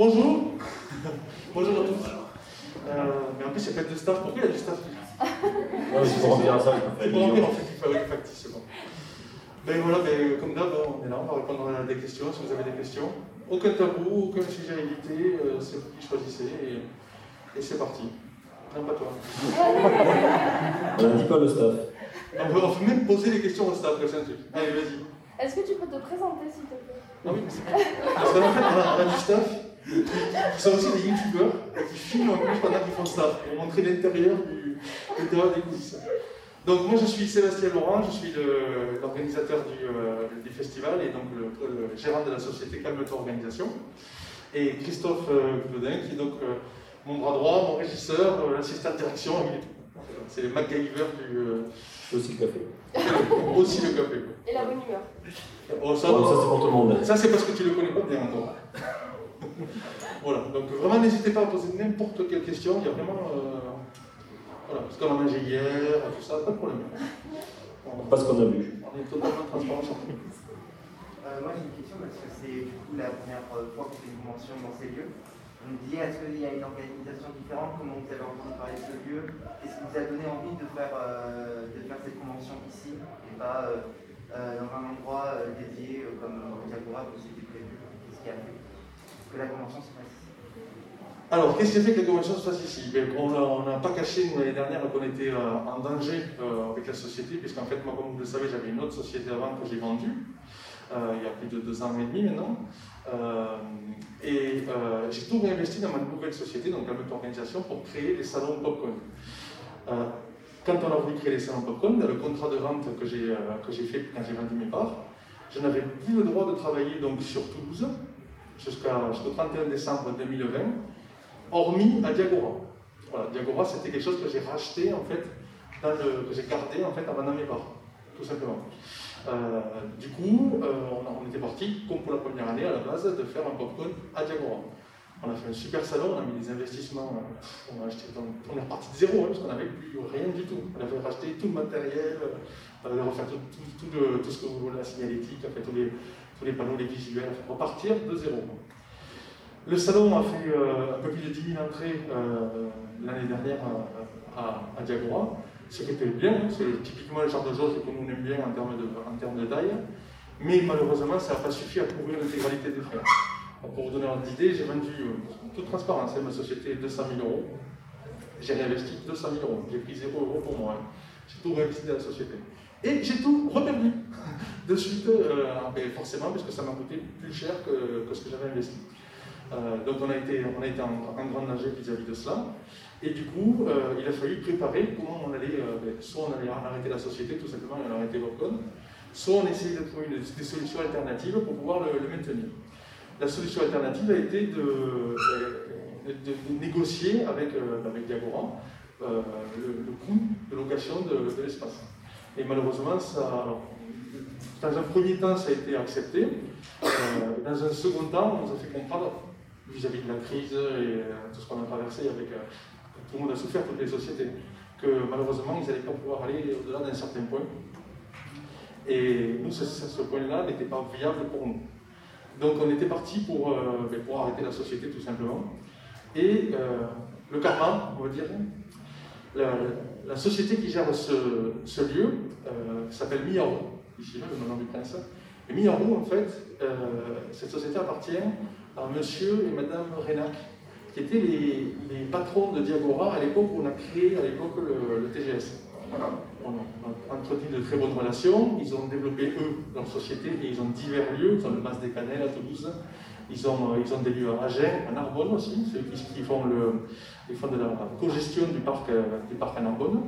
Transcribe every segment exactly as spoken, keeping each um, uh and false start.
Bonjour. Bonjour à tous. Euh, mais en plus, il n'y a pas de staff. Pourquoi il y a du staff? Ouais, c'est pour remplir ça. C'est pour remplir en fait, il faut être factice, c'est bon. Ben voilà, ben, comme d'hab, on est là, on va répondre à des questions, si vous avez des questions. Aucun tabou, aucun sujet à éviter, euh, c'est vous qui choisissez, et, et c'est parti. Non, pas toi. On ne dit pas le staff. On peut, on peut même poser des questions au staff, c'est un truc. Allez, vas-y. Est-ce que tu peux te présenter, s'il te plaît? Ah oui, mais c'est bien. Parce qu'en fait, on a, on a du staff qui, qui sont aussi des youtubeurs qui filment en plus pendant qu'ils font ça, pour montrer l'intérieur du, l'intérieur des coulisses. Donc moi je suis Sébastien Laurent, je suis l'organisateur du, euh, du festival et donc le, le gérant de la société Calme-toi Organisation. Et Christophe euh, Claudin qui est donc euh, mon bras droit, mon régisseur, euh, l'assistant de direction. C'est le MacGyver du... Euh... Aussi le café. Aussi le café. Et la bonne humeur. Oh, ça, bon, ça c'est pour tout le monde. Ça c'est parce que tu le connais pas bien encore. Voilà, donc vraiment n'hésitez pas à poser n'importe quelle question, il y a vraiment... Euh... Voilà, parce qu'on en a mangé hier, tout ça, pas de problème. On... Pas ce qu'on a vu. On est totalement transparent sur tout. Euh, moi j'ai une question parce que c'est du coup la première fois que vous faites une convention dans ces lieux. Vous me disiez, est-ce qu'il y a une organisation différente? Comment vous avez entendu parler de ce lieu? Qu'est-ce qui vous a donné envie de faire, euh, de faire cette convention ici et pas euh, euh, dans un endroit euh, dédié euh, comme Diagora où c'était prévu? Qu'est-ce qui a fait que la convention se fasse ici? Alors, qu'est-ce qui a fait que la convention se fasse ici? Ben, on n'a pas caché l'année dernière qu'on était euh, en danger euh, avec la société, puisqu'en fait, moi, comme vous le savez, j'avais une autre société avant que j'ai vendue, euh, il y a plus de deux ans et demi maintenant. Euh, et euh, j'ai tout réinvesti dans ma nouvelle société, donc la même organisation, pour créer des salons Popcorn. Euh, quand on a voulu créer les salons Popcorn, dans le contrat de vente que j'ai euh, que j'ai fait quand j'ai vendu mes parts, je n'avais plus le droit de travailler donc, sur Toulouse jusqu'à, jusqu'au trente et un décembre deux mille vingt, hormis à Diagora. Voilà, Diagora, c'était quelque chose que j'ai racheté, en fait, dans le, que j'ai gardé en fait, en vendant mes parts, tout simplement. Euh, du coup, euh, on, a, on était parti, comme pour la première année à la base, de faire un popcorn à Diagora. On a fait un super salon, on a mis des investissements, euh, on, a acheté, on est reparti de zéro, hein, parce qu'on n'avait plus rien du tout. On avait racheté tout le matériel, on avait refait tout, tout, tout, le, tout ce que vous voulez, la signalétique, on a fait tous les, tous les panneaux, les visuels, on a fait repartir de zéro. Le salon a fait euh, un peu plus de dix mille entrées euh, l'année dernière à, à, à Diagora. Ce qui était bien, c'est typiquement le genre de choses que nous aimons bien en termes de, en termes de taille, mais malheureusement ça n'a pas suffi à couvrir l'intégralité des frais. Pour vous donner une idée, j'ai vendu, euh, toute transparence, hein, ma société deux cent mille euros, j'ai réinvesti deux cent mille euros, j'ai pris zéro euro pour moi, hein. J'ai tout réinvesti dans la société. Et j'ai tout reperdu de suite, euh, forcément, parce que ça m'a coûté plus cher que, que ce que j'avais investi. Euh, donc on a été, on a été en, en grand danger vis-à-vis de cela. Et du coup, euh, il a fallu préparer comment on allait, euh, ben, soit on allait arrêter la société, tout simplement, et on arrêtait Popcorn, soit on essayait de trouver une, des solutions alternatives pour pouvoir le, le maintenir. La solution alternative a été de, de, de, de négocier avec, euh, avec Diagora euh, le, le coût de location de, de l'espace. Et malheureusement, ça, alors, dans un premier temps, ça a été accepté. Euh, dans un second temps, on nous a fait comprendre, vis-à-vis de la crise et tout ce qu'on a traversé avec... Euh, tout le monde a souffert, toutes les sociétés, que malheureusement, ils n'allaient pas pouvoir aller au-delà d'un certain point. Et nous, ce, ce point-là n'était pas viable pour nous. Donc on était parti pour, euh, pour arrêter la société, tout simplement. Et euh, le karma, on va dire, la, la société qui gère ce, ce lieu euh, s'appelle Miyaru, ici, là, le nom du prince. Et Miyaru, en fait, euh, cette société appartient à monsieur et madame Renac, qui étaient les, les patrons de Diagora à l'époque où on a créé à l'époque le, le T G S. On a entretenu de très bonnes relations, ils ont développé eux leur société et ils ont divers lieux, ils ont le Mas des Canelles à Toulouse, ils ont, ils ont des lieux à Agen, à Narbonne aussi, ceux qui font, le, ils font de la co-gestion du parc, du parc à Narbonne.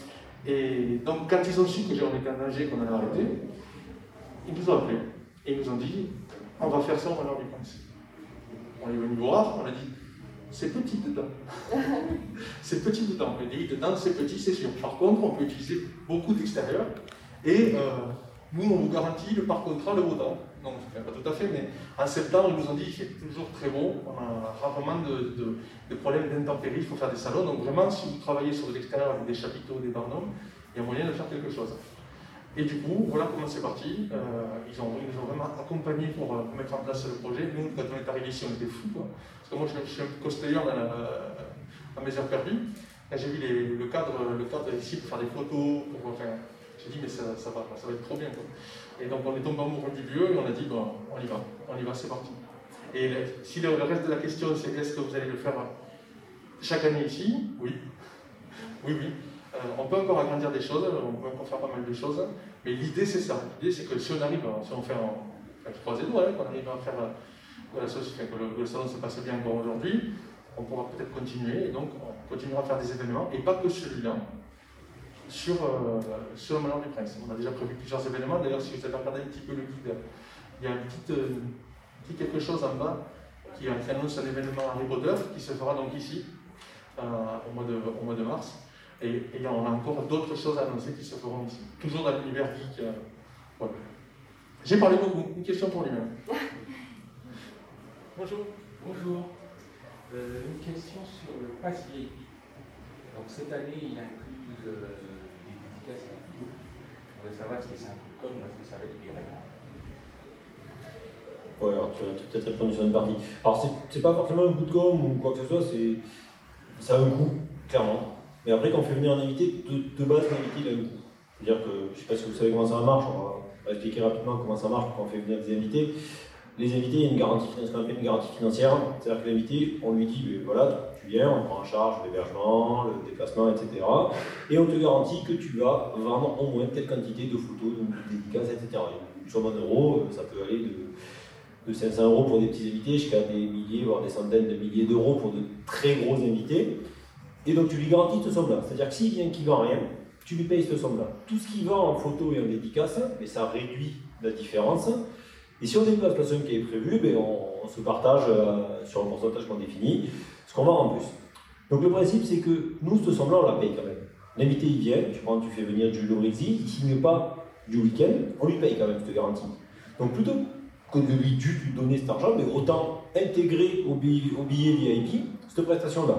Et donc quand ils ont su que on était en danger, qu'on allait arrêter, ils nous ont appelés et ils nous ont dit on va faire ça au Manoir du Prince. On est venu voir, on a dit c'est petit dedans. C'est petit dedans. On dit dedans c'est petit, c'est sûr. Par contre, on peut utiliser beaucoup d'extérieur et euh, nous on vous garantit le par contrat le beau temps. Non, pas tout à fait, mais en septembre ils nous ont dit il fait toujours très beau, on a rarement de, de, de problèmes d'intempéries, il faut faire des salons. Donc vraiment, si vous travaillez sur de l'extérieur avec des chapiteaux, des barnums, il y a moyen de faire quelque chose. Et du coup, voilà comment c'est parti. Euh, ils, ont, ils nous ont vraiment accompagnés pour, pour mettre en place le projet. Nous, quand on est arrivé ici, on était fous, quoi. Parce que moi, je, je suis un cosplayer dans, la, dans mes heures perdues. Quand j'ai vu les, le, cadre, le cadre ici pour faire des photos, pour, enfin, j'ai dit, mais ça, ça, va, ça va être trop bien, quoi. Et donc, on est tombé amoureux du lieu et on a dit, bon, on y va, on y va, c'est parti. Et le, si le, le reste de la question, c'est est-ce que vous allez le faire chaque année ici? Oui. Oui, oui. Euh, on peut encore agrandir des choses, on peut encore faire pas mal de choses, mais l'idée c'est ça. L'idée c'est que si on arrive, si on fait un, enfin, je croise les doigts, hein, qu'on arrive à faire que, la société, que, le, que le salon se passe bien encore aujourd'hui, on pourra peut-être continuer, et donc on continuera à faire des événements, et pas que celui-là, sur, euh, sur le Manoir du Prince. On a déjà prévu plusieurs événements, d'ailleurs si vous avez regardé un petit peu le guide, il y a un petit, euh, petit quelque chose en bas qui, qui annonce un événement Harry Potter qui se fera donc ici, euh, au, mois de, au mois de mars. Et, et on a encore d'autres choses à annoncer qui se feront ici. Toujours dans l'univers geek. Euh, voilà. J'ai parlé beaucoup. Une question pour lui-même. Bonjour. Bonjour. Euh, une question sur le pass V I P. Donc cette année, il inclut euh, des dédicaces à la vidéo. On veut savoir est-ce que c'est un peu comme ou est-ce que ça va être libéré. Ouais, alors tu as peut-être répondu sur une partie. Alors c'est pas forcément un coup de com' ou quoi que ce soit, c'est ça a un coût, clairement. Mais après, quand on fait venir un invité, de, de base, l'invité, il a un coût. C'est-à-dire que, je ne sais pas si vous savez comment ça marche, on va, on va expliquer rapidement comment ça marche quand on fait venir des invités. Les invités, il y a une garantie financière, une garantie financière. C'est-à-dire que l'invité, on lui dit, ben voilà, tu viens, on prend en charge l'hébergement, le déplacement, et cetera. Et on te garantit que tu vas vendre au moins telle quantité de photos, donc de dédicaces, et cetera. Une somme en euros, ça peut aller de, de cinq cents euros pour des petits invités jusqu'à des milliers, voire des centaines de milliers d'euros pour de très gros invités. Et donc tu lui garantis cette somme-là. C'est-à-dire que s'il vient qu'il ne vend rien, tu lui payes cette somme-là. Tout ce qu'il vend en photo et en dédicace, mais ça réduit la différence. Et si on dépasse la somme qui est prévue, ben on, on se partage euh, sur un pourcentage qu'on définit, ce qu'on vend en plus. Donc le principe, c'est que nous, cette somme-là, on la paye quand même. L'invité, il vient, tu prends, tu fais venir du Lorixi, il ne signe pas du week-end, on lui paye quand même cette garantie. Donc plutôt que de lui, juste lui donner cet argent, mais autant intégrer au billet, au billet V I P cette prestation-là.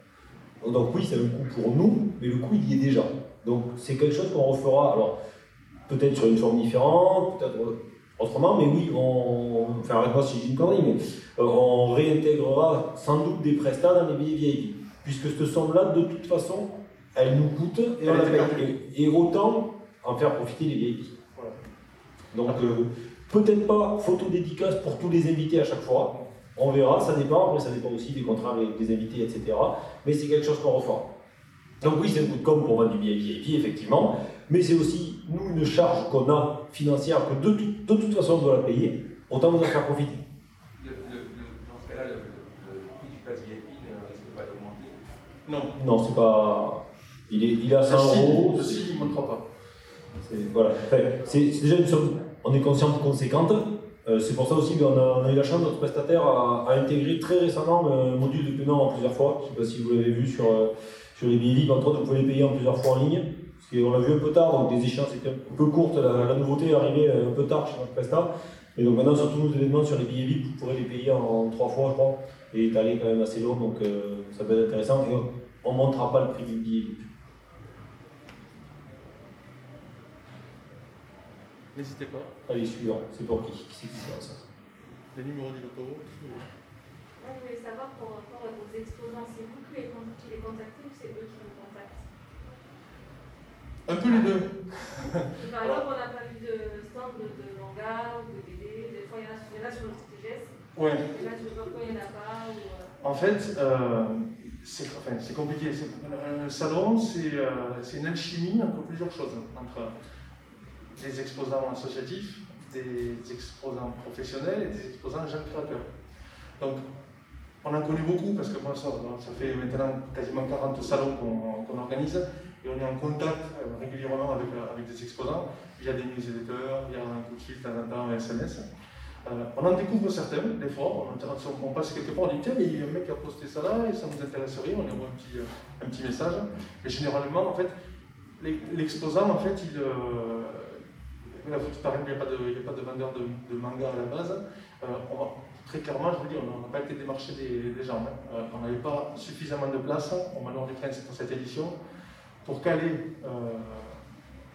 Donc oui, c'est un coût pour nous, mais le coût il y est déjà. Donc c'est quelque chose qu'on refera, alors peut-être sur une forme différente, peut-être autrement, mais oui, on, enfin arrête-moi si j'ai une connerie, mais euh, on réintégrera sans doute des prestats dans les billets V I P, puisque cette somme-là, de toute façon, elle nous coûte et on la paye. Et, et autant en faire profiter les V I P. Voilà. Donc euh, peut-être pas photo dédicace pour tous les invités à chaque fois. On verra, ça dépend, après ça dépend aussi des contrats avec des invités, et cetera. Mais c'est quelque chose qu'on refera. Donc oui, c'est un coup de com' pour vendre du billet V I P, effectivement, mais c'est aussi, nous, une charge qu'on a financière, que de, tout, de toute façon on doit la payer, autant vous en faire profiter. Le, le, le, dans ce cas-là, le, le, le prix du pass V I P ne risque pas d'augmenter? Non. Non, c'est pas... Il est, il est à cent euros. Le signe, il ne montrera pas. Voilà. Enfin, c'est déjà une somme, on est conscient de conséquente. Euh, c'est pour ça aussi qu'on a, on a eu la chance, notre prestataire a, a intégré très récemment un module de paiement en plusieurs fois. Je ne sais pas si vous l'avez vu sur, euh, sur les billets V I P, entre autres, vous pouvez les payer en plusieurs fois en ligne. Parce qu'on l'a vu un peu tard, donc des échéances étaient un peu courtes. La, la nouveauté est arrivée un peu tard chez notre prestataire. Et donc maintenant, sur tous nos événements, sur les billets V I P, vous pourrez les payer en, en trois fois, je crois. Et étalé quand même assez long, donc euh, ça peut être intéressant. Et on ne montera pas le prix du billet V I P. N'hésitez pas. Allez, suivant. C'est pour qui? Qui c'est qui fait ça? Les numéros du loto. Moi, je voulais savoir par rapport à vos exposants, c'est vous qui les, qui les contactez ou c'est eux qui vous contactent? Un peu les deux. Par exemple, on n'a pas vu de stand de, de manga ou de B D, des fois il y en a, il y en a sur le T G S. Ouais. Et là, je veux voir pourquoi il n'y en a pas. Ou, euh... En fait, euh, c'est enfin, compliqué. Un salon, c'est euh, une alchimie entre plusieurs choses. Entre des exposants associatifs, des exposants professionnels et des exposants jeunes créateurs. Donc, on en connaît beaucoup parce que moi, ça, ça fait maintenant quasiment quarante salons qu'on qu'on organise et on est en contact euh, régulièrement avec, euh, avec des exposants via des newsletters, via un coup de fil de temps en temps, un S M S. Euh, on en découvre certains, des fois, on, on passe quelque part, on dit tiens, il y a un mec qui a posté ça là et ça nous intéresserait, on envoie un petit, euh, un petit message. Mais généralement, en fait, l'exposant, en fait, il. Euh, Là, par exemple, il n'y a, a pas de vendeur de, de manga à la base. Euh, on va, très clairement, je vous dis, on n'a pas été démarcher des, des gens. Hein. Euh, on n'avait pas suffisamment de place au Manoir du Prince pour cette édition pour caler euh,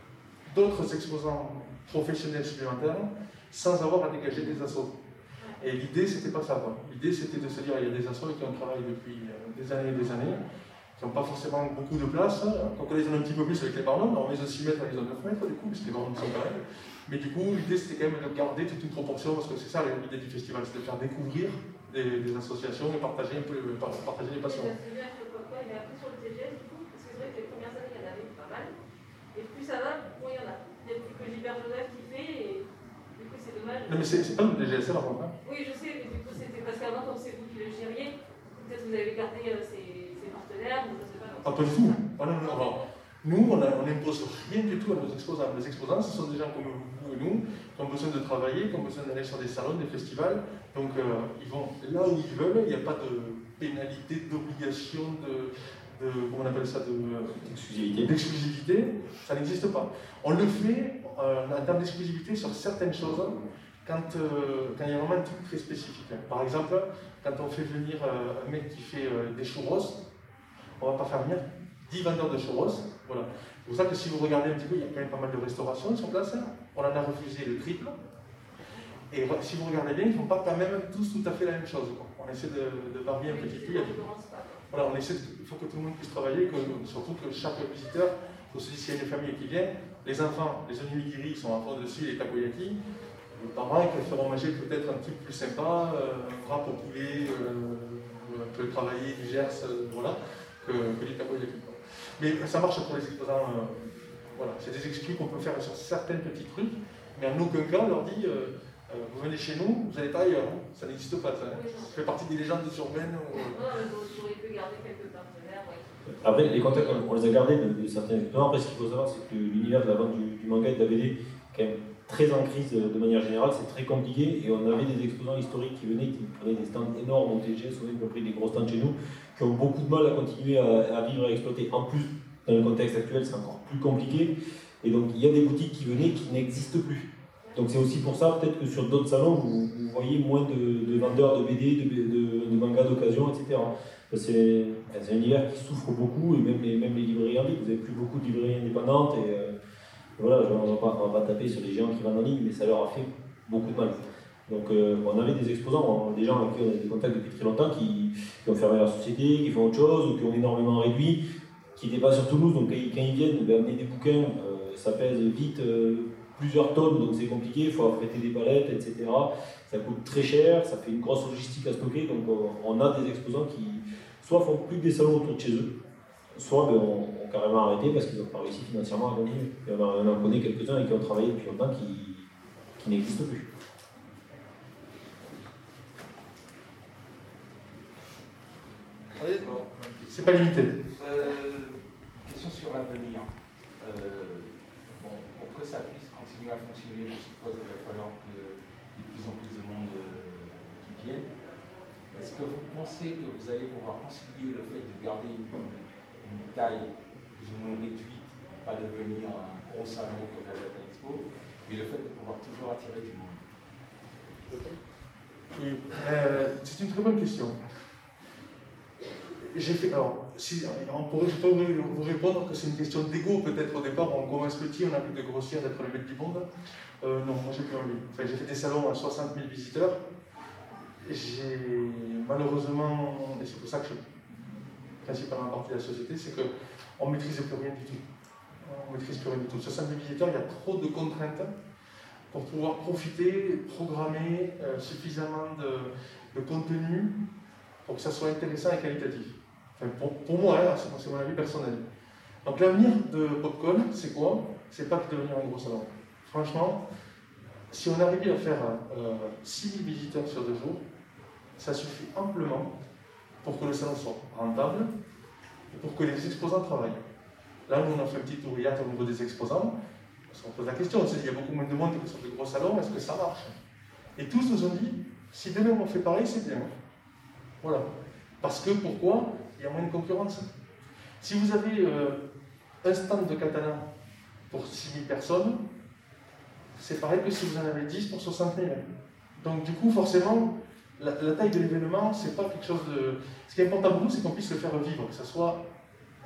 d'autres exposants professionnels supplémentaires sans avoir à dégager des assos. Et l'idée, c'était pas ça. L'idée, c'était de se dire, il y a des assos qui ont travaillé depuis des années et des années, qui n'ont pas forcément beaucoup de place. Donc on les donne un petit peu plus avec les barnums, on les a six mètres, on les a neuf mètres du coup, parce que les barnums sont pareils. Mais du coup, l'idée, c'était quand même de garder toute une proportion, parce que c'est ça l'idée du festival, c'est de faire découvrir des, des associations et partager un peu partager les passions. C'est bien, je sais pas quoi, mais après sur le T G S, du coup, parce que c'est vrai que les premières années, il y en avait pas mal. Et plus ça va, moins il y en a. Il n'y a plus que Gilbert Joseph qui fait, et du coup, c'est dommage. Non, mais c'est pas le T G S là, par contre. Oui, je sais, mais du coup, c'était parce qu'avant, comme c'est vous qui le gériez, peut-être vous avez gardé euh, ces, ces partenaires, ou je sais pas. Ah, pas du tout. Ah, non, non, non. Nous, on n'impose rien du tout à nos exposants. Les exposants, ce sont des gens comme vous et nous, qui ont besoin de travailler, qui ont besoin d'aller sur des salons, des festivals. Donc, euh, ils vont là où ils veulent. Il n'y a pas de pénalité, d'obligation, de, de. Comment on appelle ça, d'exclusivité. D'exclusivité. Ça n'existe pas. On le fait euh, en termes d'exclusivité sur certaines choses quand, euh, quand il y a vraiment un truc très spécifique. Par exemple, quand on fait venir euh, un mec qui fait euh, des churros, on ne va pas faire venir dix vendeurs de churros. Voilà. C'est pour ça que si vous regardez un petit peu, il y a quand même pas mal de restaurations sur place. On en a refusé le triple. Et si vous regardez bien, ils ne font pas quand même tous tout à fait la même chose. On essaie de, de varier un petit peu. Voilà, on essaie de, il faut que tout le monde puisse travailler, que, surtout que chaque visiteur, il faut se dire s'il y a une famille qui vient, les enfants, les onigiri sont à fond dessus, les takoyaki. Les parents, ils préfèrent manger peut-être un truc plus sympa, euh, un wrap au poulet, euh, un peu travaillé, du gers, euh, voilà, que, que les takoyaki. Mais ça marche pour les exposants, euh, voilà, c'est des exclus qu'on peut faire sur certains petits trucs, mais en aucun cas on leur dit euh, euh, vous venez chez nous, vous n'allez pas ailleurs, hein. Ça n'existe pas, ça, hein. Ça fait partie des légendes urbaines. Ou, euh... Non, mais vous auriez pu garder quelques partenaires. Ouais. Après, les contacts, on les a gardés de, de certains exposants. Après, ce qu'il faut savoir, c'est que l'univers de la vente du, du manga et de la B D est quand même très en crise de manière générale, c'est très compliqué, et on avait des exposants historiques qui venaient, qui prenaient des stands énormes au T G S, ou même qui ont pris des gros stands chez nous, qui ont beaucoup de mal à continuer à, à vivre et à exploiter. En plus, dans le contexte actuel, c'est encore plus compliqué, et donc il y a des boutiques qui venaient qui n'existent plus. Donc c'est aussi pour ça, peut-être que sur d'autres salons, vous, vous voyez moins de, de vendeurs de B D, de, de, de mangas d'occasion, et cetera. C'est un univers qui souffre beaucoup, et même les, même les librairies en ligne, vous n'avez plus beaucoup de librairies indépendantes, et euh, voilà, on ne va, va pas taper sur les géants qui vendent en ligne, mais ça leur a fait beaucoup de mal. Donc euh, on avait des exposants, des gens avec qui on a des contacts depuis très longtemps, qui, qui ont fermé leur société, qui font autre chose, ou qui ont énormément réduit, qui n'étaient pas sur Toulouse, donc quand ils, quand ils viennent, ben, amener des bouquins, euh, ça pèse vite euh, plusieurs tonnes, donc c'est compliqué, il faut affréter des palettes, et cetera. Ça coûte très cher, ça fait une grosse logistique à stocker, donc on, on a des exposants qui soit font plus que des salons autour de chez eux, soit ben, on, on carrément arrêté parce qu'ils n'ont pas réussi financièrement à continuer. Et on, en, on en connaît quelques-uns et qui ont travaillé depuis longtemps qui, qui n'existent plus. Oui, c'est pas limité. Euh, question sur l'avenir. Euh, bon, pour que ça puisse continuer à fonctionner, je suppose qu'il va falloir que de plus en plus de monde euh, qui vienne. Est-ce que vous pensez que vous allez pouvoir concilier le fait de garder une, une taille plus ou moins réduite, pas devenir un gros salon comme la Data Expo, mais le fait de pouvoir toujours attirer du monde? Oui, euh, c'est une très bonne question. J'ai fait, alors, si, on pourrait, je peux vous répondre que c'est une question d'ego peut-être au départ, on commence petit, on a plus de grossir, d'être le maître du monde. Euh, non, moi j'ai plus envie. Enfin, j'ai fait des salons à soixante mille visiteurs. J'ai malheureusement, et c'est pour ça que je suis principalement partie de la société, c'est qu'on ne maîtrise plus rien du tout. On ne maîtrise plus rien du tout. soixante mille visiteurs, il y a trop de contraintes pour pouvoir profiter, programmer euh, suffisamment de, de contenu pour que ça soit intéressant et qualitatif. Enfin, pour, pour moi, hein, c'est mon avis personnel. Donc l'avenir de Popcorn, c'est quoi? C'est pas de devenir un gros salon. Franchement, si on arrivait à faire euh, six mille visiteurs sur deux jours, ça suffit amplement pour que le salon soit rentable et pour que les exposants travaillent. Là, nous, on a fait un petit touriat au niveau des exposants, parce qu'on pose la question, on se dit, il y a beaucoup moins de monde que sur de gros salons, est-ce que ça marche? Et tous nous ont dit, si demain on fait pareil, c'est bien. Voilà. Parce que, pourquoi? Il y a moins de concurrence. Si vous avez euh, un stand de katana pour six mille personnes, c'est pareil que si vous en avez dix pour soixante mille. Donc du coup, forcément, la, la taille de l'événement, c'est pas quelque chose de... Ce qui est important pour nous, c'est qu'on puisse le faire vivre, que ce soit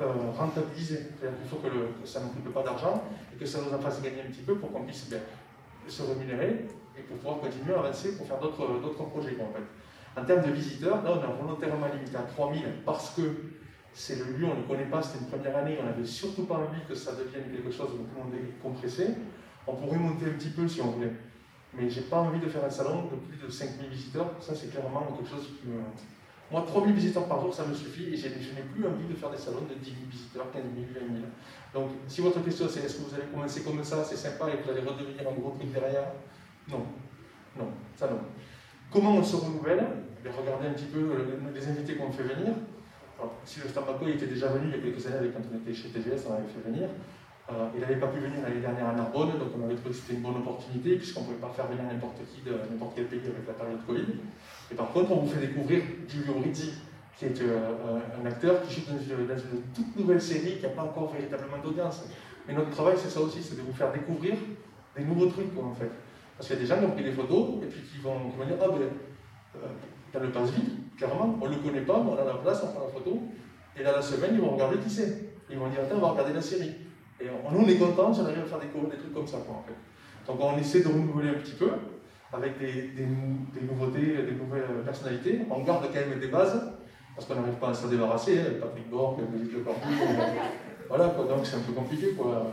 euh, rentabiliser. C'est-à-dire qu'il faut que, le, que ça ne coûte pas d'argent et que ça nous en fasse gagner un petit peu pour qu'on puisse bien, se rémunérer et pour pouvoir continuer à avancer pour faire d'autres projets. Quoi, en fait. En termes de visiteurs, là on a volontairement limité à trois mille parce que c'est le lieu, on ne le connaît pas, c'était une première année, on n'avait surtout pas envie que ça devienne quelque chose où tout le monde est compressé. On pourrait monter un petit peu si on voulait. Mais j'ai pas envie de faire un salon de plus de cinq mille visiteurs, ça c'est clairement quelque chose qui me... Moi, trois mille visiteurs par jour, ça me suffit, et je n'ai plus envie de faire des salons de dix mille visiteurs, quinze mille, vingt mille. Donc, si votre question c'est est-ce que vous allez commencer comme ça, c'est sympa, et vous allez redevenir un gros truc derrière, non, non, ça non. Comment on se renouvelle? Regardez un petit peu les invités qu'on fait venir. Alors, si le Stambaco était déjà venu il y a quelques années, quand on était chez T G S, on l'avait fait venir. Euh, il n'avait pas pu venir l'année dernière à Narbonne, donc on avait trouvé que c'était une bonne opportunité, puisqu'on ne pouvait pas faire venir n'importe qui de n'importe quel pays avec la période Covid. Et par contre, on vous fait découvrir Giulio Rizzi, qui est euh, un acteur qui joue dans une, dans une toute nouvelle série qui n'a pas encore véritablement d'audience. Mais notre travail, c'est ça aussi, c'est de vous faire découvrir des nouveaux trucs, quoi, en fait. Parce qu'il y a des gens qui ont pris des photos, et puis qui vont, qui vont dire, ah ben, euh, dans le passe-vide, clairement, on ne le connaît pas, mais on a la place, on prend la photo, et dans la semaine, ils vont regarder qui c'est. Ils vont dire, attends, on va regarder la série. Et on, nous, on est contents si on arrive à faire découvrir des trucs comme ça, quoi, en fait. Donc on essaie de renouveler un petit peu, avec des, des, des nouveautés, des nouvelles personnalités. On garde quand même des bases, parce qu'on n'arrive pas à s'en débarrasser. Hein, Patrick Borg, Brigitte Lecornu, voilà, quoi, donc c'est un peu compliqué, quoi.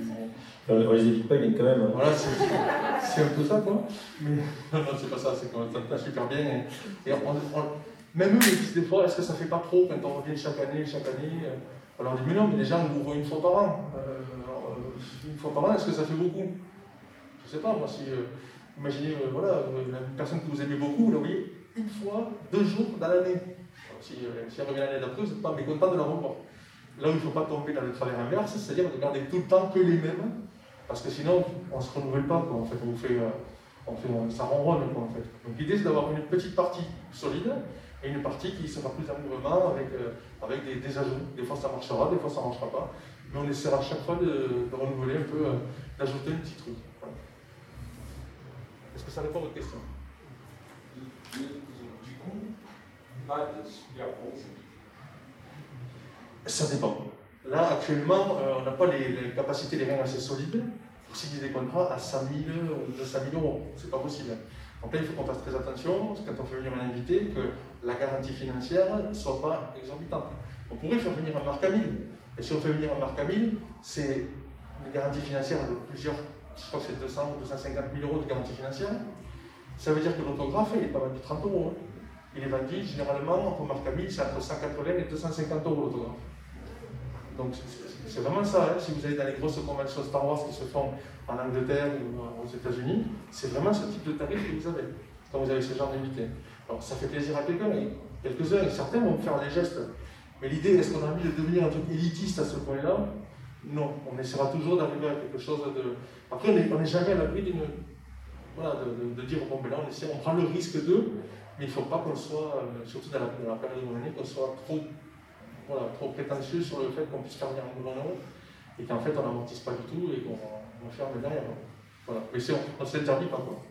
On les évite pas, ils viennent quand même. Hein. Voilà, c'est un peu ça, quoi. Mais non, non, c'est pas ça, c'est qu'on ça super bien. Et, et on, on, même eux, ils disent des fois, est-ce que ça fait pas trop quand on revient chaque année, chaque année? On leur dit, mais non, mais les gens vous voient une fois par an. Euh, alors, une fois par an, est-ce que ça fait beaucoup? Je sais pas, moi, si. Euh, imaginez, euh, voilà, une personne que vous aimez beaucoup, vous la voyez une fois, deux jours dans l'année. Si, euh, si elle revient l'année d'après, vous n'êtes pas mécontent de la revoir. Là où il ne faut pas tomber dans le travers inverse, c'est-à-dire de garder tout le temps que les mêmes, parce que sinon, on ne se renouvelle pas, quoi. En fait, on fait, euh, on fait euh, ça ronronne, quoi, en fait. Donc l'idée, c'est d'avoir une petite partie solide, et une partie qui sera plus en mouvement, avec, euh, avec des, des ajouts. Des fois, ça marchera, des fois, ça ne marchera pas. Mais on essaiera à chaque fois de, de renouveler un peu, euh, d'ajouter un petit truc. Voilà. Est-ce que ça répond à votre question? Du coup, pas de superposition. Ça dépend. Là, actuellement, euh, on n'a pas les, les capacités, les reins assez solides pour signer des contrats à cent mille, deux cent mille euros. C'est pas possible. Donc là, il faut qu'on fasse très attention, quand on fait venir un invité, que la garantie financière ne soit pas exorbitante. On pourrait faire venir un Marc Camille. Et si on fait venir un Marc Camille, c'est une garantie financière de plusieurs, je crois que c'est deux cents ou deux cent cinquante mille euros de garantie financière. Ça veut dire que l'autographe, il n'est pas vendu trente euros. Hein. Il est vendu généralement, pour Marc Camille, c'est entre cent quatre-vingts et deux cent cinquante euros l'autographe. Donc c'est vraiment ça, hein. Si vous allez dans les grosses conventions Star Wars qui se font en Angleterre ou aux États-Unis, c'est vraiment ce type de tarif que vous avez quand vous avez ce genre d'invité. Alors ça fait plaisir à quelqu'un, et quelques-uns, et certains vont faire des gestes. Mais l'idée, est-ce qu'on a envie de devenir un truc élitiste à ce point-là? Non, on essaiera toujours d'arriver à quelque chose de... Après, on n'est jamais à l'abri d'une... Voilà, de, de, de dire, bon, ben là, on essaie, on prend le risque d'eux, mais il ne faut pas qu'on soit, surtout dans la, dans la période où on est, qu'on soit trop... Voilà, trop prétentieux sur le fait qu'on puisse faire venir un nouveau nom et qu'en fait on n'amortisse pas du tout et qu'on ferme derrière. Voilà. Mais on ne s'interdit pas, quoi.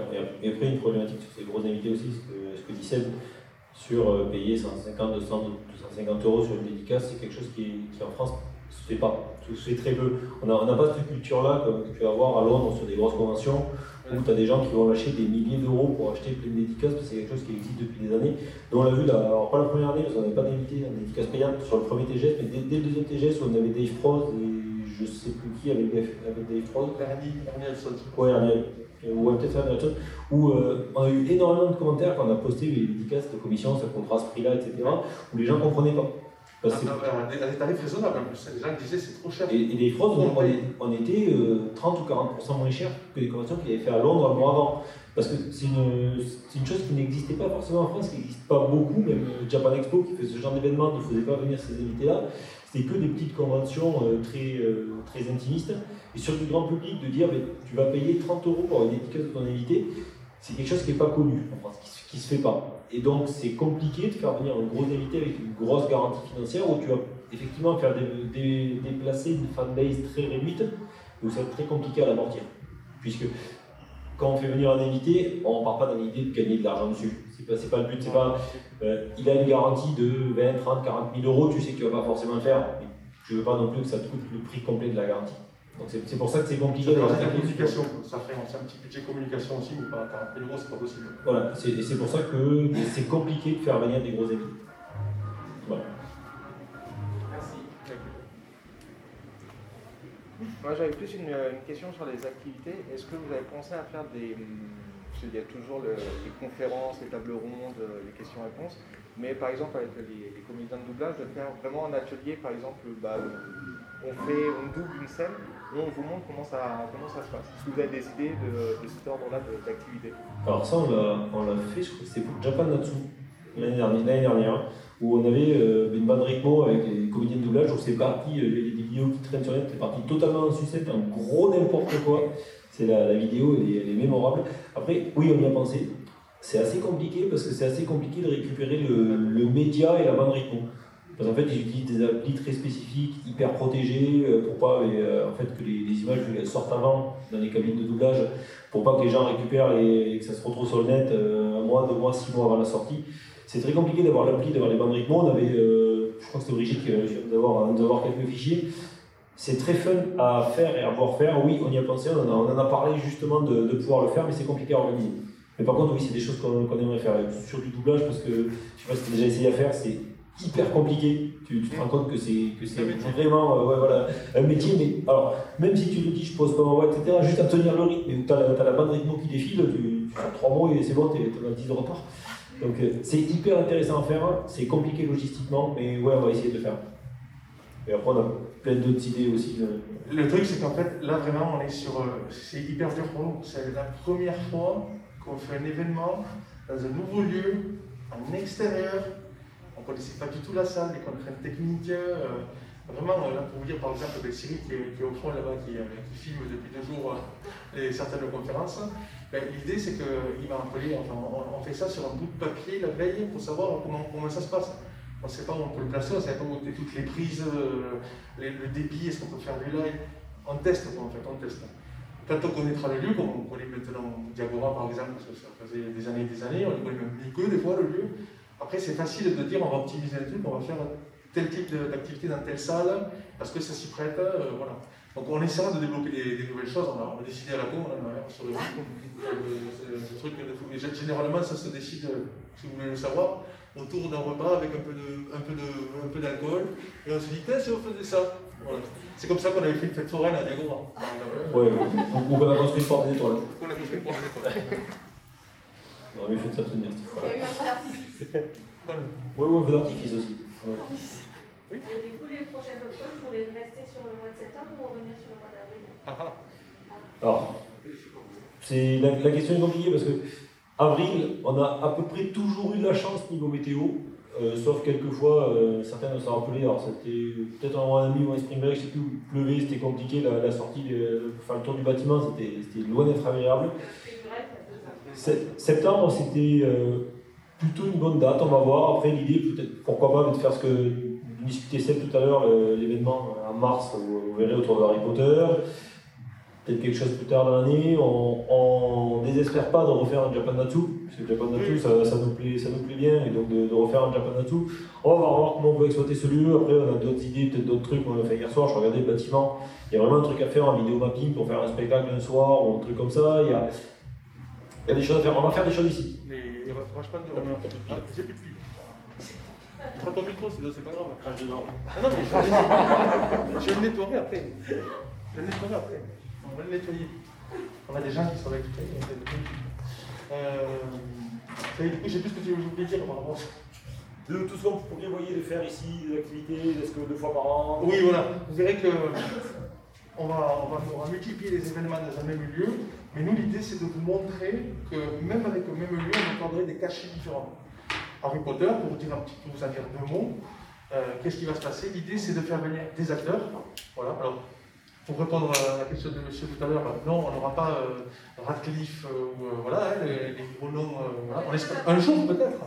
Et après, une problématique sur ces gros invités aussi, ce que, ce que dit Seb, sur euh, payer cent cinquante, deux cents, deux cent cinquante euros sur une dédicace, c'est quelque chose qui, qui en France ne se fait pas, se fait très peu. On n'a pas cette culture-là comme tu vas voir à Londres sur des grosses conventions, où tu as des gens qui vont lâcher des milliers d'euros pour acheter plein de dédicaces, parce que c'est quelque chose qui existe depuis des années. Donc on l'a vu, là, alors pas la première année, parce qu'on n'avait pas d'invité en dédicace payante sur le premier T G S, mais dès, dès le deuxième T G S, où on avait Dave Frost et je sais plus qui avec Dave, avec Dave Frost. Ernie Hudson. Ouais, Ernie, ou peut-être Ernie Hudson, où euh, on a eu énormément de commentaires quand on a posté les dédicaces de commission, ça coûtera ce prix-là, et cetera, où les gens ne comprenaient pas. Parce que ah, des tarifs raisonnables en plus, les gens disaient c'est trop cher. Et, et les Frost, on, on était euh, trente ou quarante pour cent moins cher que les conventions qu'il avait fait à Londres un mois avant. Parce que c'est une, une chose qui n'existait pas forcément en France, qui n'existe pas beaucoup, même Japan Expo qui fait ce genre d'événement ne faisait pas venir ces invités-là. C'était que des petites conventions euh, très, euh, très intimistes. Et sur du grand public, de dire mais, tu vas payer trente euros pour une dédicace de ton invité, c'est quelque chose qui n'est pas connu en France, qui ne se fait pas. Et donc c'est compliqué de faire venir un gros invité avec une grosse garantie financière où tu vas effectivement faire dé, dé, déplacer une fanbase très réduite, où ça va être très compliqué à l'amortir. Puisque quand on fait venir un invité, on ne part pas dans l'idée de gagner de l'argent dessus. C'est pas, c'est pas le but, c'est pas. Euh, il a une garantie de vingt, trente, quarante mille euros, tu sais que tu ne vas pas forcément le faire. Mais je ne veux pas non plus que ça te coûte le prix complet de la garantie. Donc c'est pour ça que c'est compliqué. Ça fait la communication, ça fait un petit budget communication aussi, mais pas quarante mille euros, c'est pas possible. Voilà, et c'est pour ça que c'est compliqué de faire venir des gros amis. Voilà. Merci. Moi j'avais plus une, une question sur les activités. Est-ce que vous avez pensé à faire des... Il y a toujours le, les conférences, les tables rondes, les questions-réponses, mais par exemple avec les, les comédiens de doublage, de faire vraiment un atelier, par exemple, bah, on, fait, on double une scène et on vous montre comment ça, comment ça se passe. Est-ce que vous avez des idées de, de cet ordre-là d'activité? Alors ça, on l'a fait, je crois que c'était pour Japan Natsu l'année dernière, dernière, où on avait euh, une bande rythmo avec des comédiens de doublage, où c'est parti, il y a des vidéos qui traînent sur net, c'est parti totalement en sucette, un gros n'importe quoi. C'est la, la vidéo, elle est, elle est mémorable. Après, oui, on y a pensé. C'est assez compliqué parce que c'est assez compliqué de récupérer le, le média et la bande rythmo. Parce qu'en fait, ils utilisent des applis très spécifiques, hyper protégées, pour pas et, euh, en fait, que les, les images sortent avant dans les cabines de doublage, pour pas que les gens récupèrent les, et que ça se retrouve sur le net euh, un mois, deux mois, six mois avant la sortie. C'est très compliqué d'avoir l'appli, d'avoir les bandes rythmo. On avait, euh, je crois que c'était Brigitte qui a réussi à nous avoir, nous avoir quelques fichiers. C'est très fun à faire et à voir faire. Oui, on y a pensé, on en a, on en a parlé justement de, de pouvoir le faire, mais c'est compliqué à organiser. Mais par contre, oui, c'est des choses qu'on qu'on aimerait faire. Sur du doublage, parce que je ne sais pas si tu as déjà essayé à faire, c'est hyper compliqué. Tu, tu te rends compte que c'est vraiment euh, ouais, voilà, un métier. Mais alors, même si tu te dis, je pose pas ma voix, et cetera, juste à tenir le rythme, et tu as, as la bande rythmo qui défile, tu, tu fais trois mots et c'est bon, tu as dix de retard. Donc euh, c'est hyper intéressant à faire, c'est compliqué logistiquement, mais ouais, on va essayer de le faire. Et après, on a plein d'autres idées aussi. De... Le truc, c'est qu'en fait, là, vraiment, on est sur. Euh, c'est hyper dur pour nous. C'est la première fois qu'on fait un événement dans un nouveau lieu, en extérieur. On ne connaissait pas du tout la salle, les contraintes techniques. Euh, vraiment, là, pour vous dire, par exemple, avec Cyril qui est, qui est au fond là-bas, qui, qui filme depuis deux jours euh, les, certaines conférences, ben, l'idée, c'est qu'il m'a appelé, enfin, on, on fait ça sur un bout de papier la veille pour savoir comment, comment ça se passe. On ne sait pas où on peut le placer, on ne sait pas où étaient toutes les prises, euh, les, le débit, est-ce qu'on peut faire du live. On teste, quoi, en fait, on teste. Quand on connaîtra le lieu, comme on connaît maintenant Diagora par exemple, parce que ça faisait des années et des années, on ne connaît même que des fois le lieu. Après, c'est facile de dire on va optimiser un truc, on va faire tel type d'activité dans telle salle, parce que ça s'y prête, euh, voilà. Donc on essaiera de développer des, des nouvelles choses, on a, on a décidé à la con, on a, sur le, le, le truc de fou. Généralement, ça se décide, si vous voulez le savoir, autour d'un repas avec un peu de, un peu de, un peu d'alcool, et on se dit, tiens, si on faisait ça. Voilà. C'est comme ça qu'on avait fait une fête foraine à Diagora. Ouais, ou qu'on a construit une porte des étoiles. On a construit une porte des étoiles. On avait fait ça tenir. Il y a eu un feu d'artifice. Oui, oui, un feu d'artifice aussi. Ouais. Oui. Et du coup, les prochaines options, vous voulez rester sur le mois de septembre ou revenir sur le mois d'avril? Ah ah. Alors, c'est la, la question est compliquée parce que avril, on a à peu près toujours eu de la chance niveau météo, euh, sauf quelquefois, euh, certains nous sont rappelés, alors c'était peut-être un mois et demi ou un spring break, je ne sais plus où il pleuvait, c'était compliqué, la, la sortie, de, enfin, le tour du bâtiment, c'était loin d'être agréable. Septembre, c'était euh, plutôt une bonne date, on va voir. Après, l'idée, peut-être, pourquoi pas, de faire ce que discutait Seb tout à l'heure, l'événement en mars, vous verrez autour de Harry Potter. Peut-être quelque chose plus tard dans l'année. On ne désespère pas de refaire un Japan Natsu, parce que Japan Natsu, ça, ça, nous plaît, ça nous plaît bien, et donc de, de refaire un Japan Natsu. On va voir comment on peut exploiter ce lieu. Après, on a d'autres idées, peut-être d'autres trucs. On l'a fait hier soir, je regardais le bâtiment. Il y a vraiment un truc à faire en vidéo mapping pour faire un spectacle un soir ou un truc comme ça. Il y a, il y a des choses à faire. On va faire des choses ici. Mais il ne rapproche pas de Romain. Ah, j'ai plus de pluie. Prends ton micro, c'est pas grave. Crache dedans. Ah non, mais je vais le nettoyer après. Je vais le nettoyer après. On va le nettoyer. On a des gens qui sont récupérés. Euh, du coup, je sais plus ce que tu voulais dire par rapport à ça. De tout ce que vous prévoyez de faire ici, des activités, est-ce que deux fois par an? Oui, voilà. Vous verrez que on va, on va, on va multiplier les événements dans un même lieu, mais nous, l'idée, c'est de vous montrer que même avec le même lieu, on entendrait des cachets différents. Harry Potter, pour vous dire un petit peu, vous en dire deux mots, euh, qu'est-ce qui va se passer? L'idée, c'est de faire venir des acteurs. Voilà. Alors, pour répondre à la question de monsieur tout à l'heure, non, on n'aura pas euh, Radcliffe euh, ou euh, voilà, hein, les, les gros noms. Euh, voilà. On espère, un jour peut-être.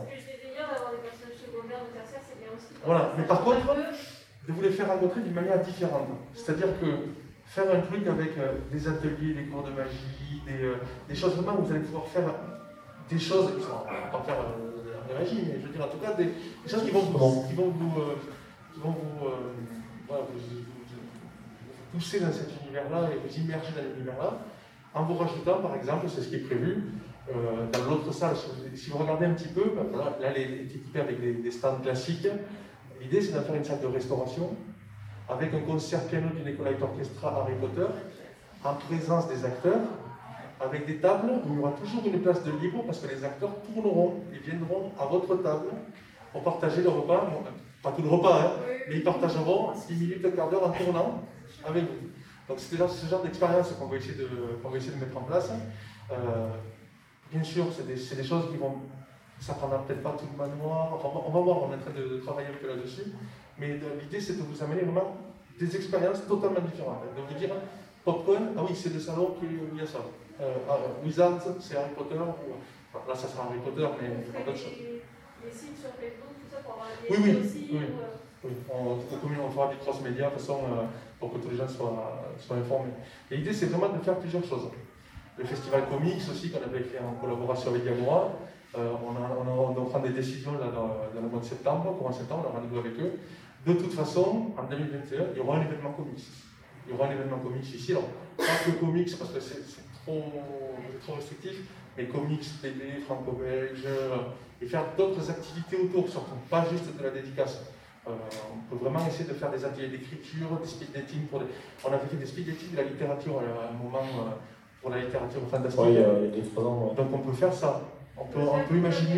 Voilà, mais par contre, de vous les faire rencontrer d'une manière différente. C'est-à-dire que faire un truc avec euh, des ateliers, des cours de magie, des, euh, des choses vraiment où vous allez pouvoir faire des choses, qui sont, pas faire euh, la magie, mais je veux dire en tout cas des, des choses qui vont vous, qui vont vous, euh, qui vont vous euh, voilà, vous, vous, vous poussez dans cet univers-là et vous immergez dans l'univers-là, en vous rajoutant, par exemple, c'est ce qui est prévu, euh, dans l'autre salle. Si vous regardez un petit peu, ben voilà, là, elle est équipée avec des, des stands classiques. L'idée, c'est de faire une salle de restauration avec un concert piano du Nicolai Orchestra Harry Potter, en présence des acteurs, avec des tables où il y aura toujours une place de libre parce que les acteurs tourneront, ils viendront à votre table pour partager le repas, pas tout le repas, hein, mais ils partageront dix minutes, un quart d'heure en tournant avec vous. Donc c'est ce genre d'expérience qu'on va essayer de, qu'on va essayer de mettre en place. Euh, bien sûr, c'est des, des choses qui vont, ça prendra peut-être pas tout le manoir, enfin, on va voir, on est en train de travailler un peu là-dessus, mais l'idée c'est de vous amener vraiment des expériences totalement différentes. De vous dire, Popcorn, ah oui, c'est le salon qui il y a ça. Euh, ah, Wizards, c'est Harry Potter, ou, là ça sera Harry Potter, mais il y a d'autres choses. Les sites sur Facebook, tout ça pour avoir les oui, oui, aussi, oui. ou, euh... Oui, on, on fera des cross-médias de toute façon euh, pour que tous les gens soient, soient informés. Et l'idée, c'est vraiment de faire plusieurs choses. Le festival comics aussi, qu'on avait fait en collaboration avec Yamura, euh, on, a, on, a, on doit prendre des décisions là, dans, dans le mois de septembre, courant septembre, on a rendez-vous avec eux. De toute façon, en deux mille vingt et un, il y aura un événement comics. Il y aura un événement comics ici. Alors, pas que comics, parce que c'est trop, trop restrictif, mais comics, T V, franco-belge, et faire d'autres activités autour, surtout, pas juste de la dédicace. Euh, on peut vraiment essayer de faire des ateliers d'écriture, des speed dating. Pour des... On avait fait des speed dating de la littérature à un moment euh, pour la littérature fantastique. Oui, il y a deux trois ans. Ouais. Donc on peut faire ça. On peut, on peut imaginer.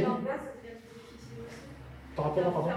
Par rapport à pardon.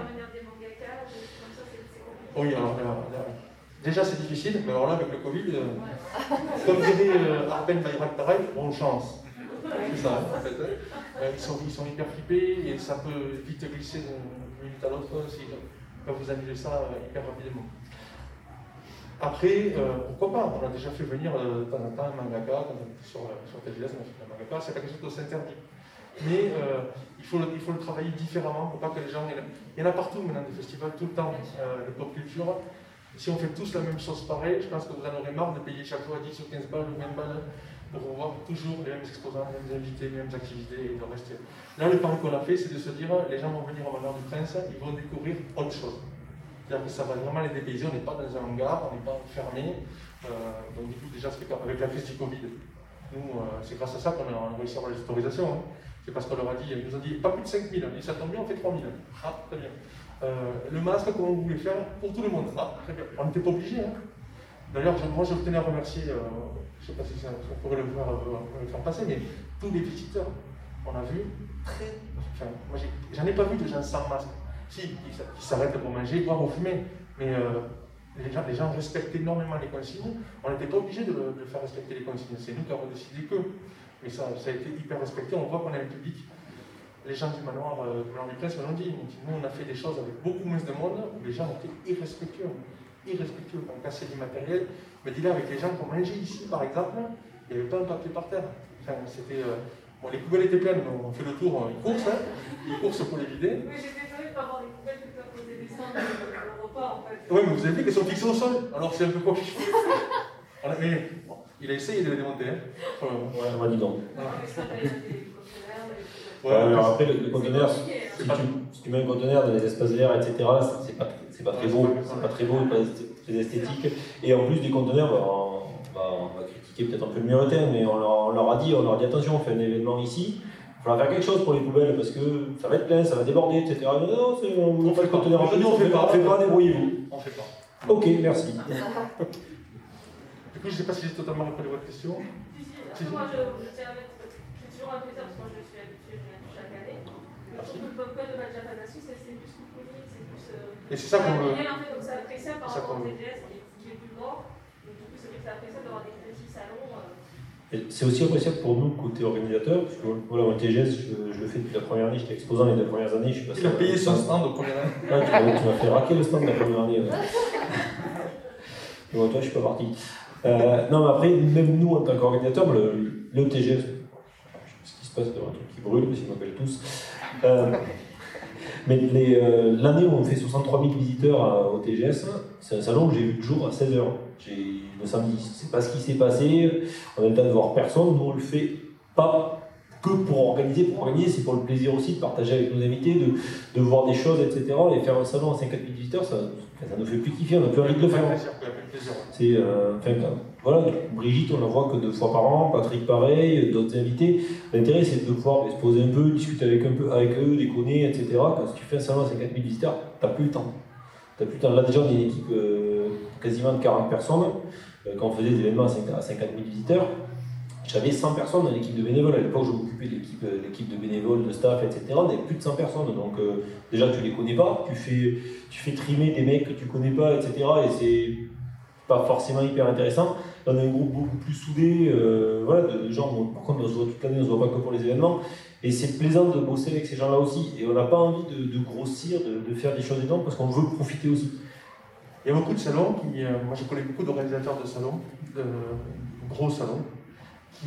Oui, alors là, là, déjà c'est difficile, mais alors là avec le Covid, euh, comme dirait euh, Arben Bayraktarek, bonne chance. C'est ça, en fait. Euh, ils, sont, ils sont hyper flippés et ça peut vite glisser d'une minute à l'autre si ils peuvent vous annuler ça euh, hyper rapidement. Après, euh, pourquoi pas? On a déjà fait venir euh, de temps en temps un mangaka, quand on était sur, sur T G S, on a fait un mangaka, c'est quelque chose de s'interdit. Mais euh, il, faut le, il faut le travailler différemment pour pas que les gens. Il y en a partout maintenant des festivals, tout le temps, euh, de pop culture. Si on fait tous la même chose pareil, je pense que vous en aurez marre de payer chaque fois dix ou quinze balles ou vingt balles pour voir toujours les mêmes exposants, les mêmes invités, les mêmes activités et de rester. Là, le pari qu'on a fait, c'est de se dire les gens vont venir au Manoir du Prince, ils vont découvrir autre chose. C'est-à-dire que ça va vraiment les dépayser, on n'est pas dans un hangar, on n'est pas fermé. Euh, donc, du coup, déjà, avec la crise du Covid, nous, euh, c'est grâce à ça qu'on a réussi à avoir les autorisations. Hein. C'est parce qu'on leur a dit, ils nous ont dit pas plus de cinq mille, et ça tombe bien, on fait trois mille. Ah, très bien. Euh, le masque, comment vous voulez faire pour tout le monde? Ah, très bien. On n'était pas obligés. Hein. D'ailleurs, moi, je tenais à remercier, euh, je ne sais pas si ça, on pourrait le faire, euh, le faire passer, mais tous les visiteurs, on a vu très. Enfin, moi, j'en ai, ai pas vu de gens sans masque. Si, qui s'arrêtent pour manger, boire ou fumer, mais euh, les, gens, les gens respectent énormément les consignes. On n'était pas obligé de, de faire respecter les consignes, c'est nous qui avons décidé que. Mais ça, ça a été hyper respecté, on voit qu'on a un public. Les gens du manoir, euh, du manoir du Prince me l'ont dit, nous on a fait des choses avec beaucoup moins de monde où les gens étaient irrespectueux, irrespectueux, on cassait du matériel. Mais dis là, avec les gens qui ont mangé ici par exemple, il n'y avait pas un papier par terre. Enfin, c'était. Euh, bon, les poubelles étaient pleines, on fait le tour, ils coursent, hein, ils coursent pour les vider. Oui, j'étais étonnée de pas avoir des poubelles tout à côté des stands de repas en fait. Oui, mais vous avez vu qu'elles sont fixées au sol, alors c'est un peu compliqué. Mais bon, il a essayé de les démonter. Hein. Ouais, on va dire donc. Ouais, ouais, alors après, le, le conteneur, si, si, tu, si tu mets un conteneur dans les espaces verts, et cetera, c'est pas, pas très beau, c'est pas très beau, pas très esthétique. Et en plus des conteneurs, on va, on va critiquer peut-être un peu le Muritain, mais on leur, on leur a dit, on leur a dit attention, on fait un événement ici, il faudra faire quelque chose pour les poubelles parce que ça va être plein, ça va déborder, et cetera. Non, non, on ne fait pas le conteneur en plus, on ne fait pas, fait pas débrouillez-vous. On fait pas. Ok, merci. Du coup, je ne sais pas si j'ai totalement répondu à votre question. Si, si, moi je, je tiens à mettre, j'ai toujours un plaisir parce que moi je suis habituée, je viens chaque année. Mais surtout le popcorn de Valjapanassus, c'est plus coucouille, c'est plus. Euh, Et c'est ça qu'on veut. En fait, donc c'est appréciable par rapport au T G S qui, qui est plus grand. Donc du coup, c'est vrai que c'est appréciable d'avoir des petits salons. Euh... C'est aussi appréciable pour nous, côté organisateur, parce que voilà, moi, le T G S, je, je le fais depuis la première année, j'étais exposant les deux premières années. Je suis passé il a payé son stand aux premières années. Ouais, tu m'as fait raquer le stand la première année. Ouais. Bon, toi, je suis pas parti. Euh, non, mais après, même nous, en tant qu'organisateur, le, le T G S, je sais pas ce qui se passe, il y a un truc qui brûle, parce qu'ils m'appellent tous. Euh, mais euh, l'année où on fait soixante-trois mille visiteurs à, au T G S, c'est un salon où j'ai vu le jour à seize heures. Le samedi, c'est pas ce qui s'est passé, on a le temps de voir personne, nous on le fait pas que pour organiser. Pour organiser, c'est pour le plaisir aussi de partager avec nos invités, de, de voir des choses, et cetera. Et faire un salon à cinquante mille visiteurs, ça, ça nous fait plus kiffer, on n'a plus envie de le faire. C'est, euh, enfin, voilà, Brigitte, on la voit que deux fois par an, Patrick pareil, d'autres invités. L'intérêt, c'est de pouvoir se poser un peu, discuter avec, un peu, avec eux, déconner, et cetera. Quand tu fais un salon à cinquante mille visiteurs, tu n'as plus le temps. T'as plus le temps. Là, déjà, on est une équipe euh, quasiment de quarante personnes. Euh, quand on faisait des événements à cinquante mille visiteurs, j'avais cent personnes dans l'équipe de bénévoles. À l'époque, je m'occupais de l'équipe, euh, l'équipe de bénévoles, de staff, et cetera. On avait plus de cent personnes. Donc, euh, déjà, tu les connais pas. Tu fais, tu fais trimer des mecs que tu connais pas, et cetera. Et c'est pas forcément hyper intéressant. Là, on a un groupe beaucoup plus soudé, euh, voilà, de, de gens. Bon, par contre, on se voit toute l'année, on se voit pas que pour les événements. Et c'est plaisant de bosser avec ces gens-là aussi. Et on n'a pas envie de, de grossir, de, de faire des choses énormes parce qu'on veut profiter aussi. Il y a beaucoup de salons, qui, euh, moi je connais beaucoup d'organisateurs de salons, de gros salons, qui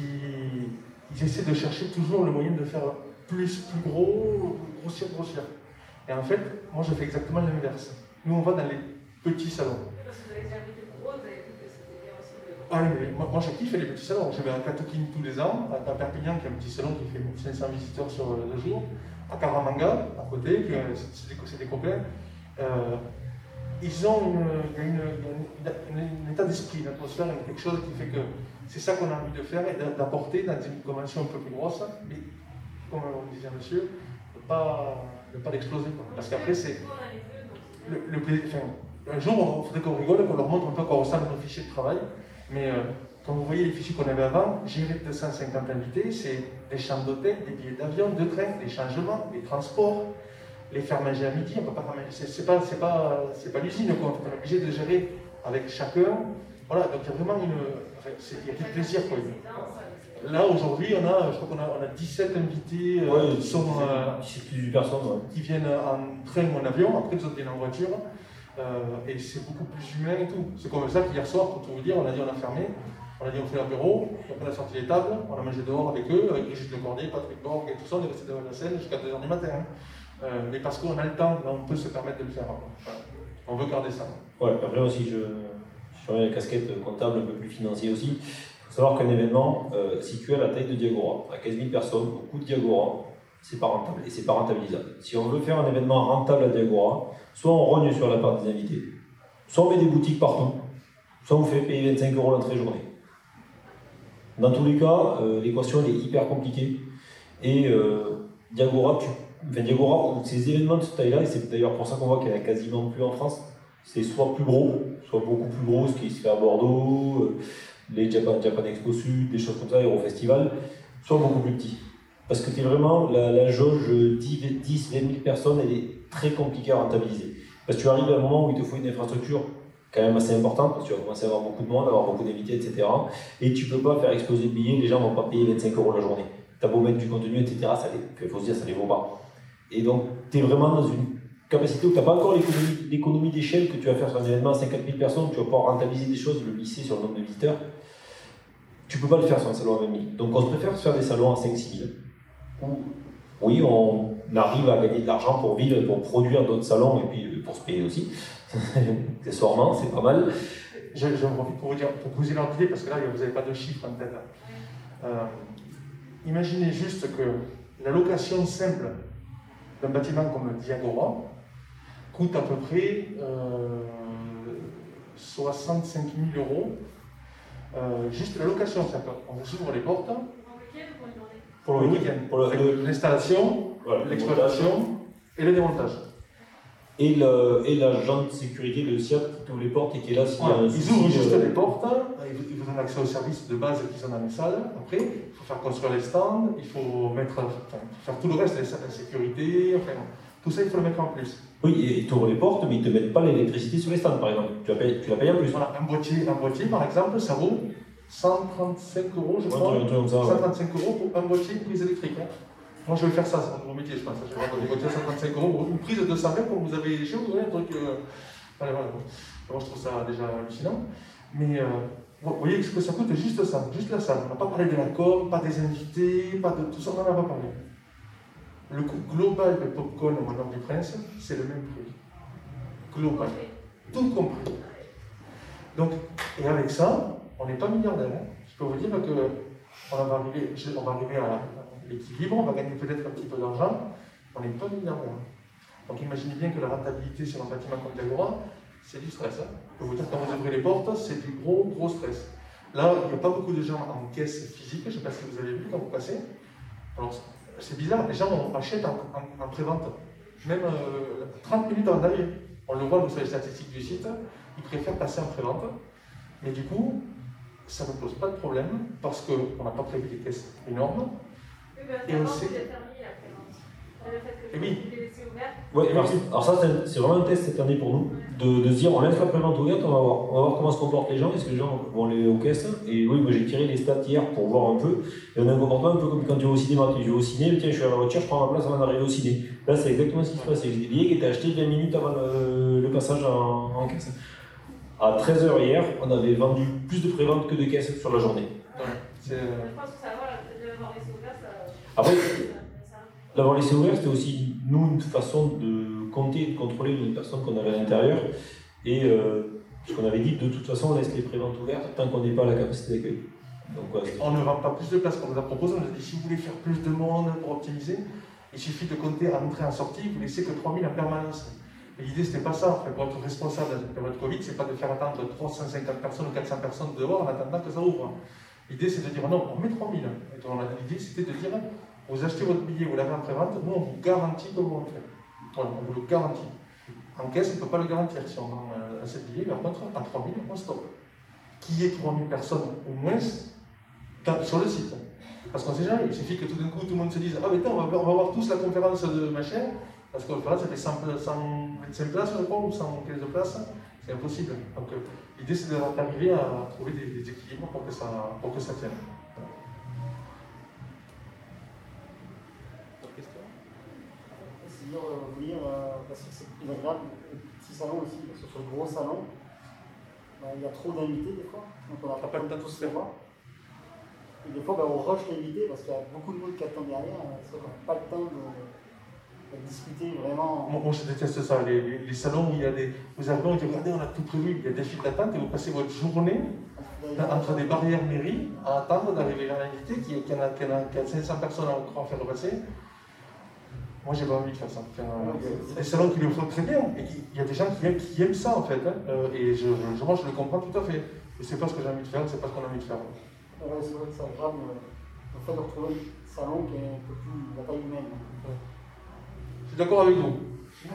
ils essaient de chercher toujours le moyen de faire plus, plus gros, grossir, grossir. Et en fait, moi je fais exactement l'inverse. Nous on va dans les petits salons. Parce que vous avez déjà invité pour eux, vous avez dit que c'était bien aussi de... Ah oui, mais moi, moi j'ai kiffé les petits salons. J'avais un Katokin tous les ans, à Perpignan qui est un petit salon qui fait cinq cents visiteurs sur deux jours, à Caramanga, à côté, c'est des, c'est des copains. Euh, ils ont une, une, une, une, une état d'esprit, une atmosphère, quelque chose qui fait que c'est ça qu'on a envie de faire et d'apporter dans une convention un peu plus grosse, mais comme on disait monsieur, de ne pas, de pas l'exploser. Parce qu'après, c'est. Le, le, enfin, un jour, il faudrait qu'on rigole, qu'on leur montre un peu à quoi ressemblent nos fichiers de travail, mais euh, quand vous voyez les fichiers qu'on avait avant, gérer deux cent cinquante invités, c'est des chambres d'hôtel, des billets d'avion, de train, des changements, des transports. Les faire manger à midi, on ne peut pas faire manger. C'est, c'est pas, c'est pas, c'est pas l'usine, quoi. On est obligé de gérer avec chacun. Voilà, donc il y a vraiment une. Enfin, c'est, il y a du plaisir, quoi. Là, aujourd'hui, on a, je crois qu'on a, on a dix-sept invités euh, ouais, qui, sont, euh, personnes, ouais. qui viennent en train ou en avion, après les autres viennent en voiture. Euh, et c'est beaucoup plus humain et tout. C'est comme ça qu'hier soir, pour tout vous dire, on a dit on a fermé, on a dit on fait l'apéro, donc on a sorti les tables, on a mangé dehors avec eux, avec Brigitte Lecordier, Patrick Borg et tout ça, on est resté devant la scène jusqu'à deux heures du matin. Hein. Euh, mais parce qu'on a le temps, là on peut se permettre de le faire. Voilà. On veut garder ça. Ouais, après aussi, je, je remets la casquette comptable un peu plus financier aussi. Il faut savoir qu'un événement euh, situé à la taille de Diagora, à quinze mille personnes, au coût de Diagora, c'est pas rentable et c'est pas rentabilisable. Si on veut faire un événement rentable à Diagora, soit on rogne sur la part des invités, soit on met des boutiques partout, soit on vous fait payer vingt-cinq euros l'entrée journée. Dans tous les cas, euh, l'équation elle est hyper compliquée et euh, Diagora, tu, enfin, Diagora, ces événements de cette taille-là, et c'est d'ailleurs pour ça qu'on voit qu'il n'y en a quasiment plus en France, c'est soit plus gros, soit beaucoup plus gros, ce qui se fait à Bordeaux, euh, les Japan, Japan Expo Sud, des choses comme ça, Eurofestival, soit beaucoup plus petit. Parce que tu es vraiment, la, la jauge dix à vingt mille personnes, elle est très compliquée à rentabiliser. Parce que tu arrives à un moment où il te faut une infrastructure quand même assez importante, parce que tu vas commencer à avoir beaucoup de monde, avoir beaucoup d'invités, et cetera. Et tu ne peux pas faire exploser le billet, les gens ne vont pas payer vingt-cinq euros la journée. Tu as beau mettre du contenu, et cetera, ça il faut se dire, ça ne les vaut pas. Et donc, tu es vraiment dans une capacité où tu n'as pas encore l'économie, l'économie d'échelle que tu vas faire sur un événement à cinquante mille personnes, tu vas pouvoir rentabiliser des choses, le lisser sur le nombre de visiteurs. Tu ne peux pas le faire sur un salon à vingt mille. Donc, on se préfère se faire des salons à cinq à six mille. Où, oui, on arrive à gagner de l'argent pour vivre, pour produire d'autres salons et puis pour se payer aussi. Accessoirement, c'est pas mal. Je, je me profite pour vous dire, pour que vous ayez l'idée, parce que là, vous n'avez pas de chiffres en tête. Euh, imaginez juste que la location simple d'un bâtiment comme Diagora coûte à peu près euh, soixante-cinq mille euros. Euh, juste la location, ça peut. On vous ouvre les portes. Pour le week-end. Pour le, le, l'installation, voilà, l'exploitation et le démontage. Et, le, et l'agent de sécurité de S I A P qui ouvre les portes et qui est là. Voilà, un ils ouvrent juste euh... les portes, ils vous donnent accès aux services de base qui sont dans les salles. Après, il faut faire construire les stands, il faut mettre, enfin, faire tout le reste, les salles de sécurité, enfin, tout ça il faut le mettre en plus. Oui, et ils t'ouvrent les portes, mais ils ne te mettent pas l'électricité sur les stands par exemple. Tu la payes, tu la payes en plus. Voilà, un boîtier, un boîtier par exemple, ça vaut cent trente-cinq euros, je crois. Ouais, ça, cent trente-cinq euros pour un boîtier, une prise électrique. Hein. Moi, je vais faire ça, c'est mon métier, je pense. Je vais vendre des boîtiers à cent trente-cinq euros, une prise de deux cents mètres comme vous avez chez vous, un truc. Euh... Voilà, voilà. Moi, je trouve ça déjà hallucinant. Mais euh, vous voyez ce que ça coûte, juste ça, juste la salle. On n'a pas parlé de la com, pas des invités, pas de tout ça, on n'en a pas parlé. Le coût global de popcorn au Manoir du Prince, c'est le même prix. Global. Tout compris. Donc, et avec ça, on n'est pas milliardaire. Hein. Je peux vous dire qu'on va arriver, on va arriver à l'équilibre, on va gagner peut-être un petit peu d'argent, on n'est pas milliardaire. Donc imaginez bien que la rentabilité sur un bâtiment comme l'Agora, c'est du stress. Hein. Je peux vous dire, quand vous ouvrez les portes, c'est du gros, gros stress. Là, il n'y a pas beaucoup de gens en caisse physique, je ne sais pas si vous avez vu quand vous passez. Alors, c'est bizarre, les gens on achètent en, en, en pré-vente, même euh, trente minutes avant d'arriver. On le voit sur les statistiques du site, ils préfèrent passer en pré-vente. Mais du coup, ça ne pose pas de problème parce qu'on n'a pas prévu des caisses énormes. Oui, bah, et on sait. Le fait que et oui. je l'ai laissé ouvert. Ouais, alors, alors ça, c'est vraiment un test cette année pour nous, de, de se dire on laisse la prévente ouverte, on va voir, on va voir comment se comportent les gens, est-ce que les gens vont aller aux caisses. Et oui, moi j'ai tiré les stats hier pour voir un peu, et on a un comportement un peu comme quand tu vas au cinéma. Tu vas au ciné, tiens, je suis à la voiture, je prends ma place avant d'arriver au ciné. Là, c'est exactement ce qui se passe. C'est des billets qui étaient achetés vingt minutes avant le, le passage en, en caisse. À treize heures hier, on avait vendu plus de préventes que de caisses sur la journée. Ouais, c'est, euh... Je pense que ça va, l'avoir laissé ouvert, ça. Après, l'avoir laissé ouvert, c'était aussi, nous, une façon de compter, de contrôler les personnes qu'on avait à l'intérieur. Et euh, ce qu'on avait dit, de toute façon, on laisse les préventes ouvertes tant qu'on n'est pas à la capacité d'accueil. Donc, ouais, on ne vend pas plus de places qu'on vous a proposé. On nous a dit, si vous voulez faire plus de monde pour optimiser, il suffit de compter en entrée et en sortie, vous laissez que trois mille en permanence. Et l'idée, c'était pas ça. En fait, pour être responsable dans une période Covid, c'est pas de faire attendre trois cent cinquante personnes ou quatre cents personnes dehors en attendant que ça ouvre. L'idée, c'est de dire, non, on met trois mille. L'idée, c'était de dire, vous achetez votre billet, vous l'avez en pré-vente, nous, on vous garantit que vous le faites. Voilà, on vous le garantit. En caisse, on ne peut pas le garantir. Si on vend un sept billets, par contre, à trois mille, on stoppe. Qu'il y ait trois mille personnes au moins dans, sur le site. Parce qu'on ne sait jamais, il suffit que tout d'un coup, tout le monde se dise, ah, mais on va, on va voir tous la conférence de machin. Parce que la conférence, ça fait cent vingt-cinq places, je crois, ou cent quinze places. C'est impossible. Donc, euh, l'idée, c'est d'arriver à trouver des, des équilibres pour que ça, pour que ça tienne. D'autres questions ? C'est dur de vous dire, euh, parce que c'est plus agréable, le petit salon aussi, parce que sur le gros salon, bah, il y a trop d'invités des fois, donc on n'a pas, pas le temps de tous les voir. Et des fois, bah, on rush l'invité parce qu'il y a beaucoup de monde qui attend derrière, donc on n'a pas le temps de. discuter vraiment. Moi, moi je déteste ça, les, les, les salons où il y a des. Vous arrivez, on dit regardez, on a tout prévu, il y a des files d'attente et vous passez votre journée entre des barrières mairies à attendre d'arriver vers l'invité qui, qui, a, qui, a, qui a cinq cents personnes à en faire repasser. Moi j'ai pas envie de faire ça. Enfin, il y a des salons qui le font très bien et qui, il y a des gens qui aiment, qui aiment ça en fait. Hein, euh, et je, je, moi je le comprends tout à fait. Et c'est pas ce que j'ai envie de faire, c'est pas ce qu'on a envie de faire. Ouais, c'est vrai que c'est grave le fait de retrouver un salon qui est un peu plus la taille humaine. Ouais. Je suis d'accord avec vous.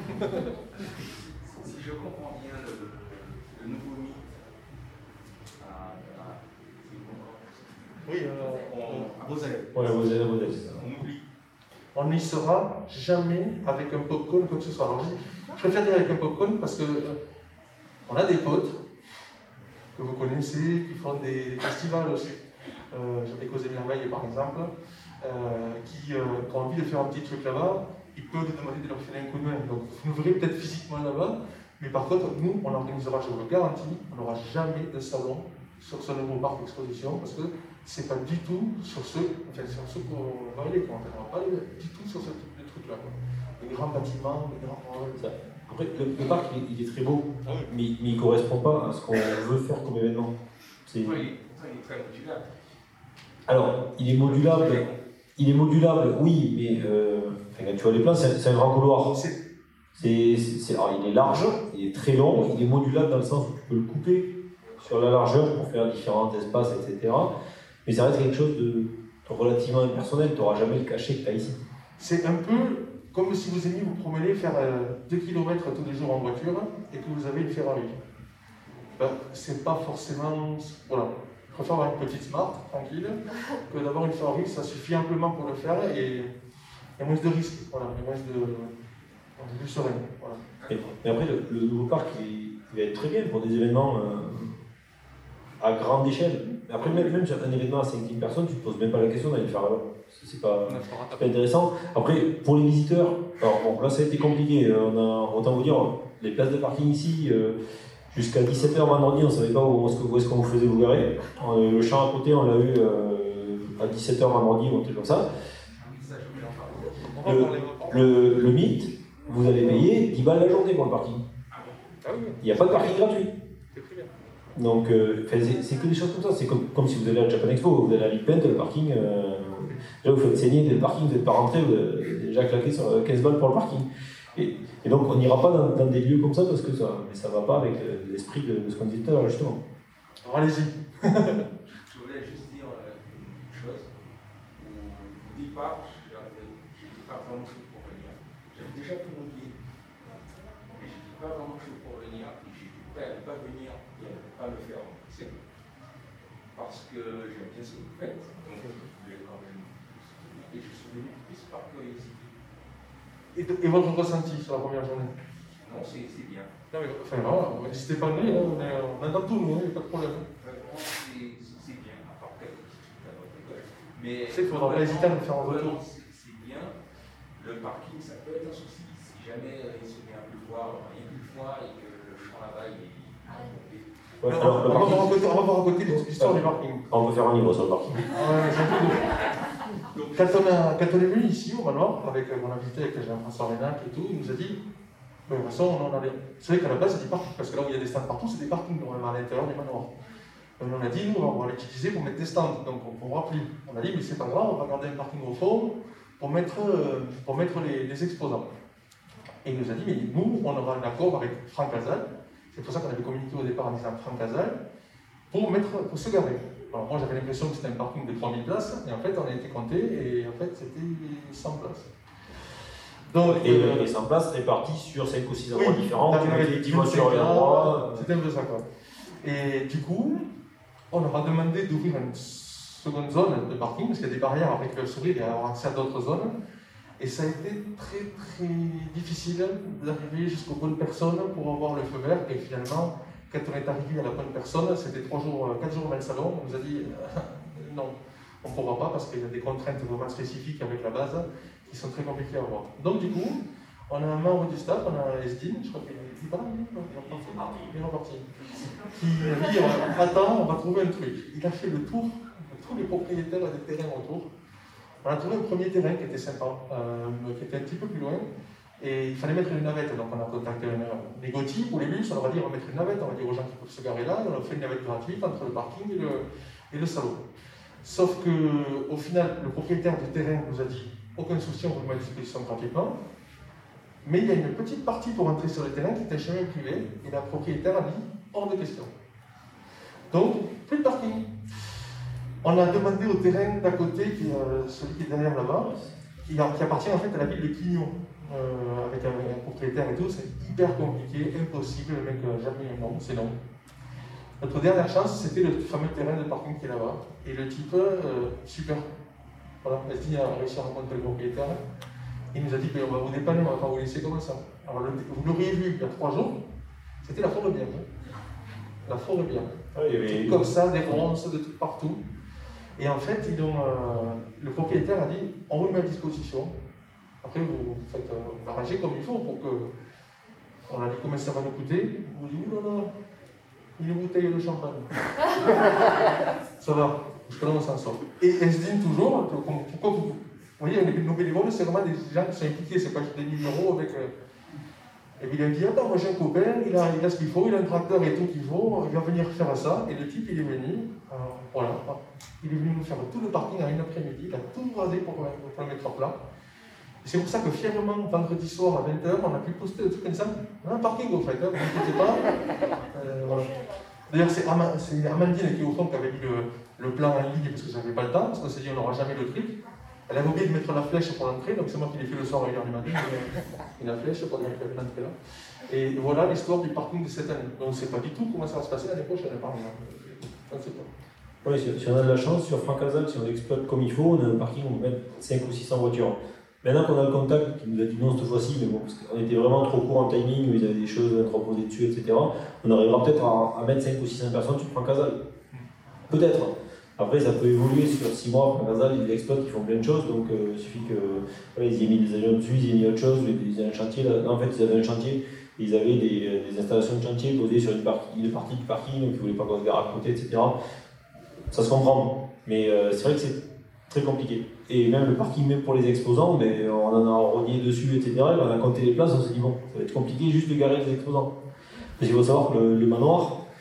Si je comprends bien le, le nouveau mythe, à, à, oui, euh, on, à Moselle. Ouais, Moselle, Moselle, c'est ça. On oublie. On n'y sera jamais avec un popcorn comme ce soir. Alors, je, je préfère dire avec un popcorn parce que euh, on a des potes que vous connaissez qui font des festivals aussi. Euh, J'ai des Causées Merveilles par exemple, euh, qui, euh, qui ont envie de faire un petit truc là-bas. Ils peuvent nous demander de leur filer un coup de main. Donc vous nous verrez peut-être physiquement là-bas, mais par contre, nous, on organisera, je vous le garantis, on n'aura jamais de salon sur ce nouveau parc d'exposition parce que c'est pas du tout sur ce, enfin, sur ce qu'on va aller. En fait. On ne va pas aller du tout sur ce type de truc-là. Les grands bâtiments, les grands. Ça. Après, le, le parc, il est, il est très beau, Ah oui. mais, mais il ne correspond pas à ce qu'on veut faire comme événement. C'est... Oui, il est très modulable. Alors, il est modulable. Il est modulable, oui, mais euh, quand tu vois les plans, c'est, c'est un grand couloir. C'est, c'est, c'est, alors, il est large, il est très long, il est modulable dans le sens où tu peux le couper sur la largeur pour faire différents espaces, et cetera. Mais ça reste quelque chose de relativement impersonnel, tu n'auras jamais le cachet que tu as ici. C'est un peu comme si vous aimiez vous promener, faire deux kilomètres tous les jours en voiture et que vous avez une Ferrari. Ben, c'est pas forcément. Voilà. Je préfère avoir une petite Smart, tranquille, que d'avoir une Ferrari, ça suffit amplement pour le faire et il y a moins de risques, voilà, il y a moins de, de plus serein. Voilà. Et, et après, le, le nouveau parc, il, il va être très bien pour des événements euh, à grande échelle. Après, même, même sur un événement à cinq mille personnes, tu ne te poses même pas la question d'aller le faire là-bas. C'est pas, c'est pas intéressant. Après, pour les visiteurs, alors bon, là ça a été compliqué. On a, autant vous dire, les places de parking ici, euh, jusqu'à dix-sept heures vendredi, on ne savait pas où, où est-ce qu'on vous faisait vous garer. Le champ à côté, on l'a eu euh, à dix-sept heures vendredi, ou un truc comme ça. Le, le, le mythe, vous allez payer dix balles la journée pour le parking. Il n'y a pas de parking gratuit. Donc, euh, c'est que des choses comme ça. C'est comme, comme si vous allez à la Japan Expo, vous allez à l'Ipent, le parking, euh, là vous faites saigner dès le parking, vous n'êtes pas rentré, vous avez déjà claqué sur quinze balles pour le parking. Et, et donc, on n'ira pas dans, dans des lieux comme ça parce que ça ne va pas avec l'esprit de, de ce qu'on disait tout à l'heure, justement. Alors, allez-y. Je voulais juste dire une chose. Au départ, je n'étais pas vraiment chaud pour venir. J'avais déjà tout mon billet. Mais je n'étais pas vraiment chaud pour venir. Et j'étais prêt à ne pas venir et à ne pas le faire en principe. Parce que j'aime bien ce que vous faites. Donc, je voulais quand même. Et je suis venu plus par curiosité. Et, et votre ressenti sur la première journée? Non, c'est bien. Non, mais enfin, voilà, n'hésitez pas à venir, on, on entend tout, il n'y a pas de problème. C'est bien, à part quelques petites à votre école. Mais c'est qu'il ne faudra pas hésiter à nous faire un retour. C'est bien, le parking, ça peut être un souci. Si jamais il se met à pleuvoir, il y a une fois et que le champ là-bas, il est. Ouais, alors, alors, on, va voir à côté, on va voir à côté l'histoire du parking. On peut faire un livre sur le parking. Ouais, quand, on a, quand on est venu ici au manoir, avec mon invité, avec Jean-François Renac et tout, il nous a dit, de toute façon, on en allait. C'est vrai qu'à la base, c'est des parkings, parce que là où il y a des stands partout, c'est des parkings normalement à l'intérieur du manoir. Donc on a dit, nous, on va l'utiliser pour mettre des stands, donc on ne pourra plus. On a dit, mais c'est pas grave, on va garder un parking au fond pour mettre, pour mettre les, les exposants. Et il nous a dit, mais nous, on aura un accord avec Franck Casal. C'est pour ça qu'on avait communiqué au départ en disant Franck Casal, pour, mettre, pour se garer. Alors moi j'avais l'impression que c'était un parking de trois mille places, et en fait on a été compté, et en fait c'était cent places. Donc, et euh, les cent places réparties sur cinq ou six endroits oui, différents, avec les dix voitures et endroits. C'était un peu ça quoi. Et du coup, on leur a demandé d'ouvrir une seconde zone de parking, parce qu'il y a des barrières avec le sourire et avoir accès à d'autres zones. Et ça a été très très difficile d'arriver jusqu'aux bonnes personnes pour avoir le feu vert. Et finalement, quand on est arrivé à la bonne personne, c'était trois jours, quatre jours dans le salon, on nous a dit euh, non, on ne pourra pas parce qu'il y a des contraintes vraiment spécifiques avec la base qui sont très compliquées à avoir. Donc du coup, on a un membre du staff, on a Esdine, je crois qu'il est pas là, il est reparti, qui dit euh, attends, on va trouver un truc. Il a fait le tour de tous les propriétaires des terrains autour. On a trouvé un premier terrain qui était sympa, euh, qui était un petit peu plus loin, et il fallait mettre une navette. Donc on a contacté les Gauthier pour les bus, on leur a dit on va mettre une navette, on va dire aux gens qui peuvent se garer là, et on a fait une navette gratuite entre le parking et le, et le salon. Sauf qu'au final, le propriétaire du terrain nous a dit aucun souci, on vous le met à disposition gratuitement, mais il y a une petite partie pour entrer sur le terrain qui est un chemin privé, et la propriétaire a dit hors de question. Donc, plus de parking. On a demandé au terrain d'à côté, qui, euh, celui qui est derrière là-bas, qui, qui appartient en fait à la ville de Quignon, euh, avec un, un propriétaire et tout, c'est hyper compliqué, impossible, le mec n'a jamais eu un nom, c'est non. Notre dernière chance, c'était le fameux terrain de parking qui est là-bas. Et le type, euh, super, voilà, Esdine a réussi à rencontrer le propriétaire. Il nous a dit, on va vous dépanner, on va pas vous laisser comme ça. Alors, le, vous l'auriez vu il y a trois jours, c'était la forêt bien. Hein. La forêt bien. Ah, il y avait... Comme ça, des ronces, de tout partout. Et en fait, ils ont, euh, le propriétaire a dit, on vous le met à disposition. Après, vous faites euh, arranger comme il faut pour que... On a dit combien ça va nous coûter. On dit, oulala, une bouteille de champagne. Ça va, jusque-là on s'en sort. Et Esdine toujours, pourquoi vous... Vous voyez, nos bénévoles, c'est vraiment des gens qui sont impliqués, c'est pas juste des numéros avec... Euh... Et puis il a dit, attends, moi j'ai un copain, il a, il a ce qu'il faut, il a un tracteur et tout qu'il faut, il va venir faire ça. Et le type, il est venu, euh, voilà, il est venu nous faire tout le parking à une après-midi, il a tout rasé pour, pour le mettre à plat. Et c'est pour ça que fièrement, vendredi soir à vingt heures, on a pu poster des trucs comme ça. On a un parking au fait, hein, vous n'inquiétez pas. Euh, voilà. D'ailleurs, c'est Ama, Amandine qui, au fond, qui avait mis le, le plan en ligne parce que j'avais pas le temps, parce qu'on s'est dit, on n'aura jamais le truc. Elle avait oublié de mettre la flèche pour l'entrée, donc c'est moi qui l'ai fait le soir à une heure du matin, une flèche pour dire qu'il y avait l'entrée là. Et voilà l'histoire du parking de cette année. Donc on ne sait pas du tout comment ça va se passer l'année prochaine, par exemple. On ne sait pas. Oui, si on a de la chance, sur Franck Casal, si on l'exploite comme il faut, on a un parking où on peut mettre cinq ou six cents voitures. Maintenant qu'on a le contact qui nous a dit non cette fois-ci, mais bon, parce qu'on était vraiment trop court en timing, où ils avaient des choses à entreposer dessus, et cetera, on arrivera peut-être à, à mettre cinq ou six cents personnes sur Franck Casal. Peut-être. Après, ça peut évoluer sur six mois. Franck Casal, ils l'exploitent, ils font plein de choses, donc euh, il suffit que voilà, ils aient mis des avions dessus, ils aient mis autre chose, ils avaient un chantier. Là, là en fait, ils avaient un chantier, ils avaient des, des installations de chantier posées sur une partie, une partie du parking, donc ils ne voulaient pas qu'on se gare à côté, et cetera. Ça se comprend, mais euh, c'est vrai que c'est très compliqué. Et même le parking, même pour les exposants, mais on en a rogné dessus, et cetera. Et on a compté les places, on s'est dit bon, ça va être compliqué juste de garer les exposants. Parce qu'il faut savoir que le, le manoir,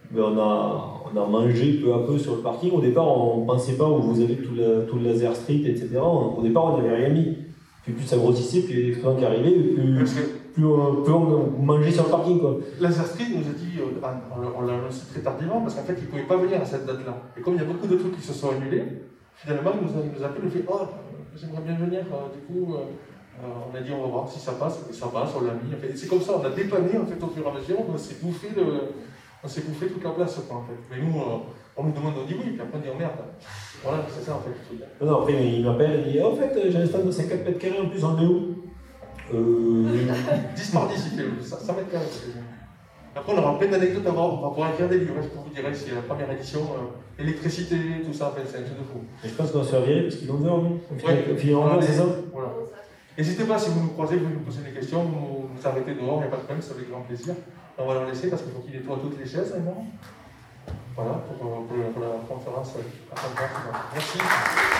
ben on, a, on a mangé peu à peu sur le parking. Au départ, on ne pensait pas où vous avez tout le, tout le laser street, et cetera. Au départ, on n'avait rien mis. Puis plus ça grossissait, plus les clients qui arrivaient, plus, plus, on, plus on mangeait sur le parking, quoi. Laser Street nous a dit, euh, on l'a annoncé très tardivement, parce qu'en fait, ils ne pouvaient pas venir à cette date-là. Et comme il y a beaucoup de trucs qui se sont annulés, finalement, ils nous, a, ils nous appellent, ils nous fait oh, j'aimerais bien venir. Euh, du coup, euh, euh, on a dit, on va voir si ça passe. Et ça passe, on l'a mis. En fait, c'est comme ça, on a dépanné en fait, au fur et à mesure, on s'est bouffé, le, on s'est bouffé toute la place, quoi, en fait. Mais nous, euh, on nous demande, on dit oui, puis après on dit oh merde. Voilà, c'est ça en fait. Non, non, après, il m'appelle, il dit oh, en fait, j'ai un stand de cinquante mètres carrés en plus, on est où euh... dix par dix, il fait cent mètres carrés. Après, on aura plein d'anecdotes à voir, on va pouvoir écrire des livres, je peux vous dire, c'est la première édition, euh, électricité, tout ça, en fait, c'est un truc de fou. Et je pense qu'on va se faire virer parce qu'ils l'ont vu en nous. Ouais, puis on c'est ça. Voilà. N'hésitez pas, si vous nous croisez, vous nous posez des questions, vous nous arrêtez dehors, il n'y a pas de problème, c'est avec grand plaisir. On va leur laisser parce qu'il faut qu'il nettoie toutes les chaises, maintenant. Voilà, pour, pour, pour la conférence. Merci.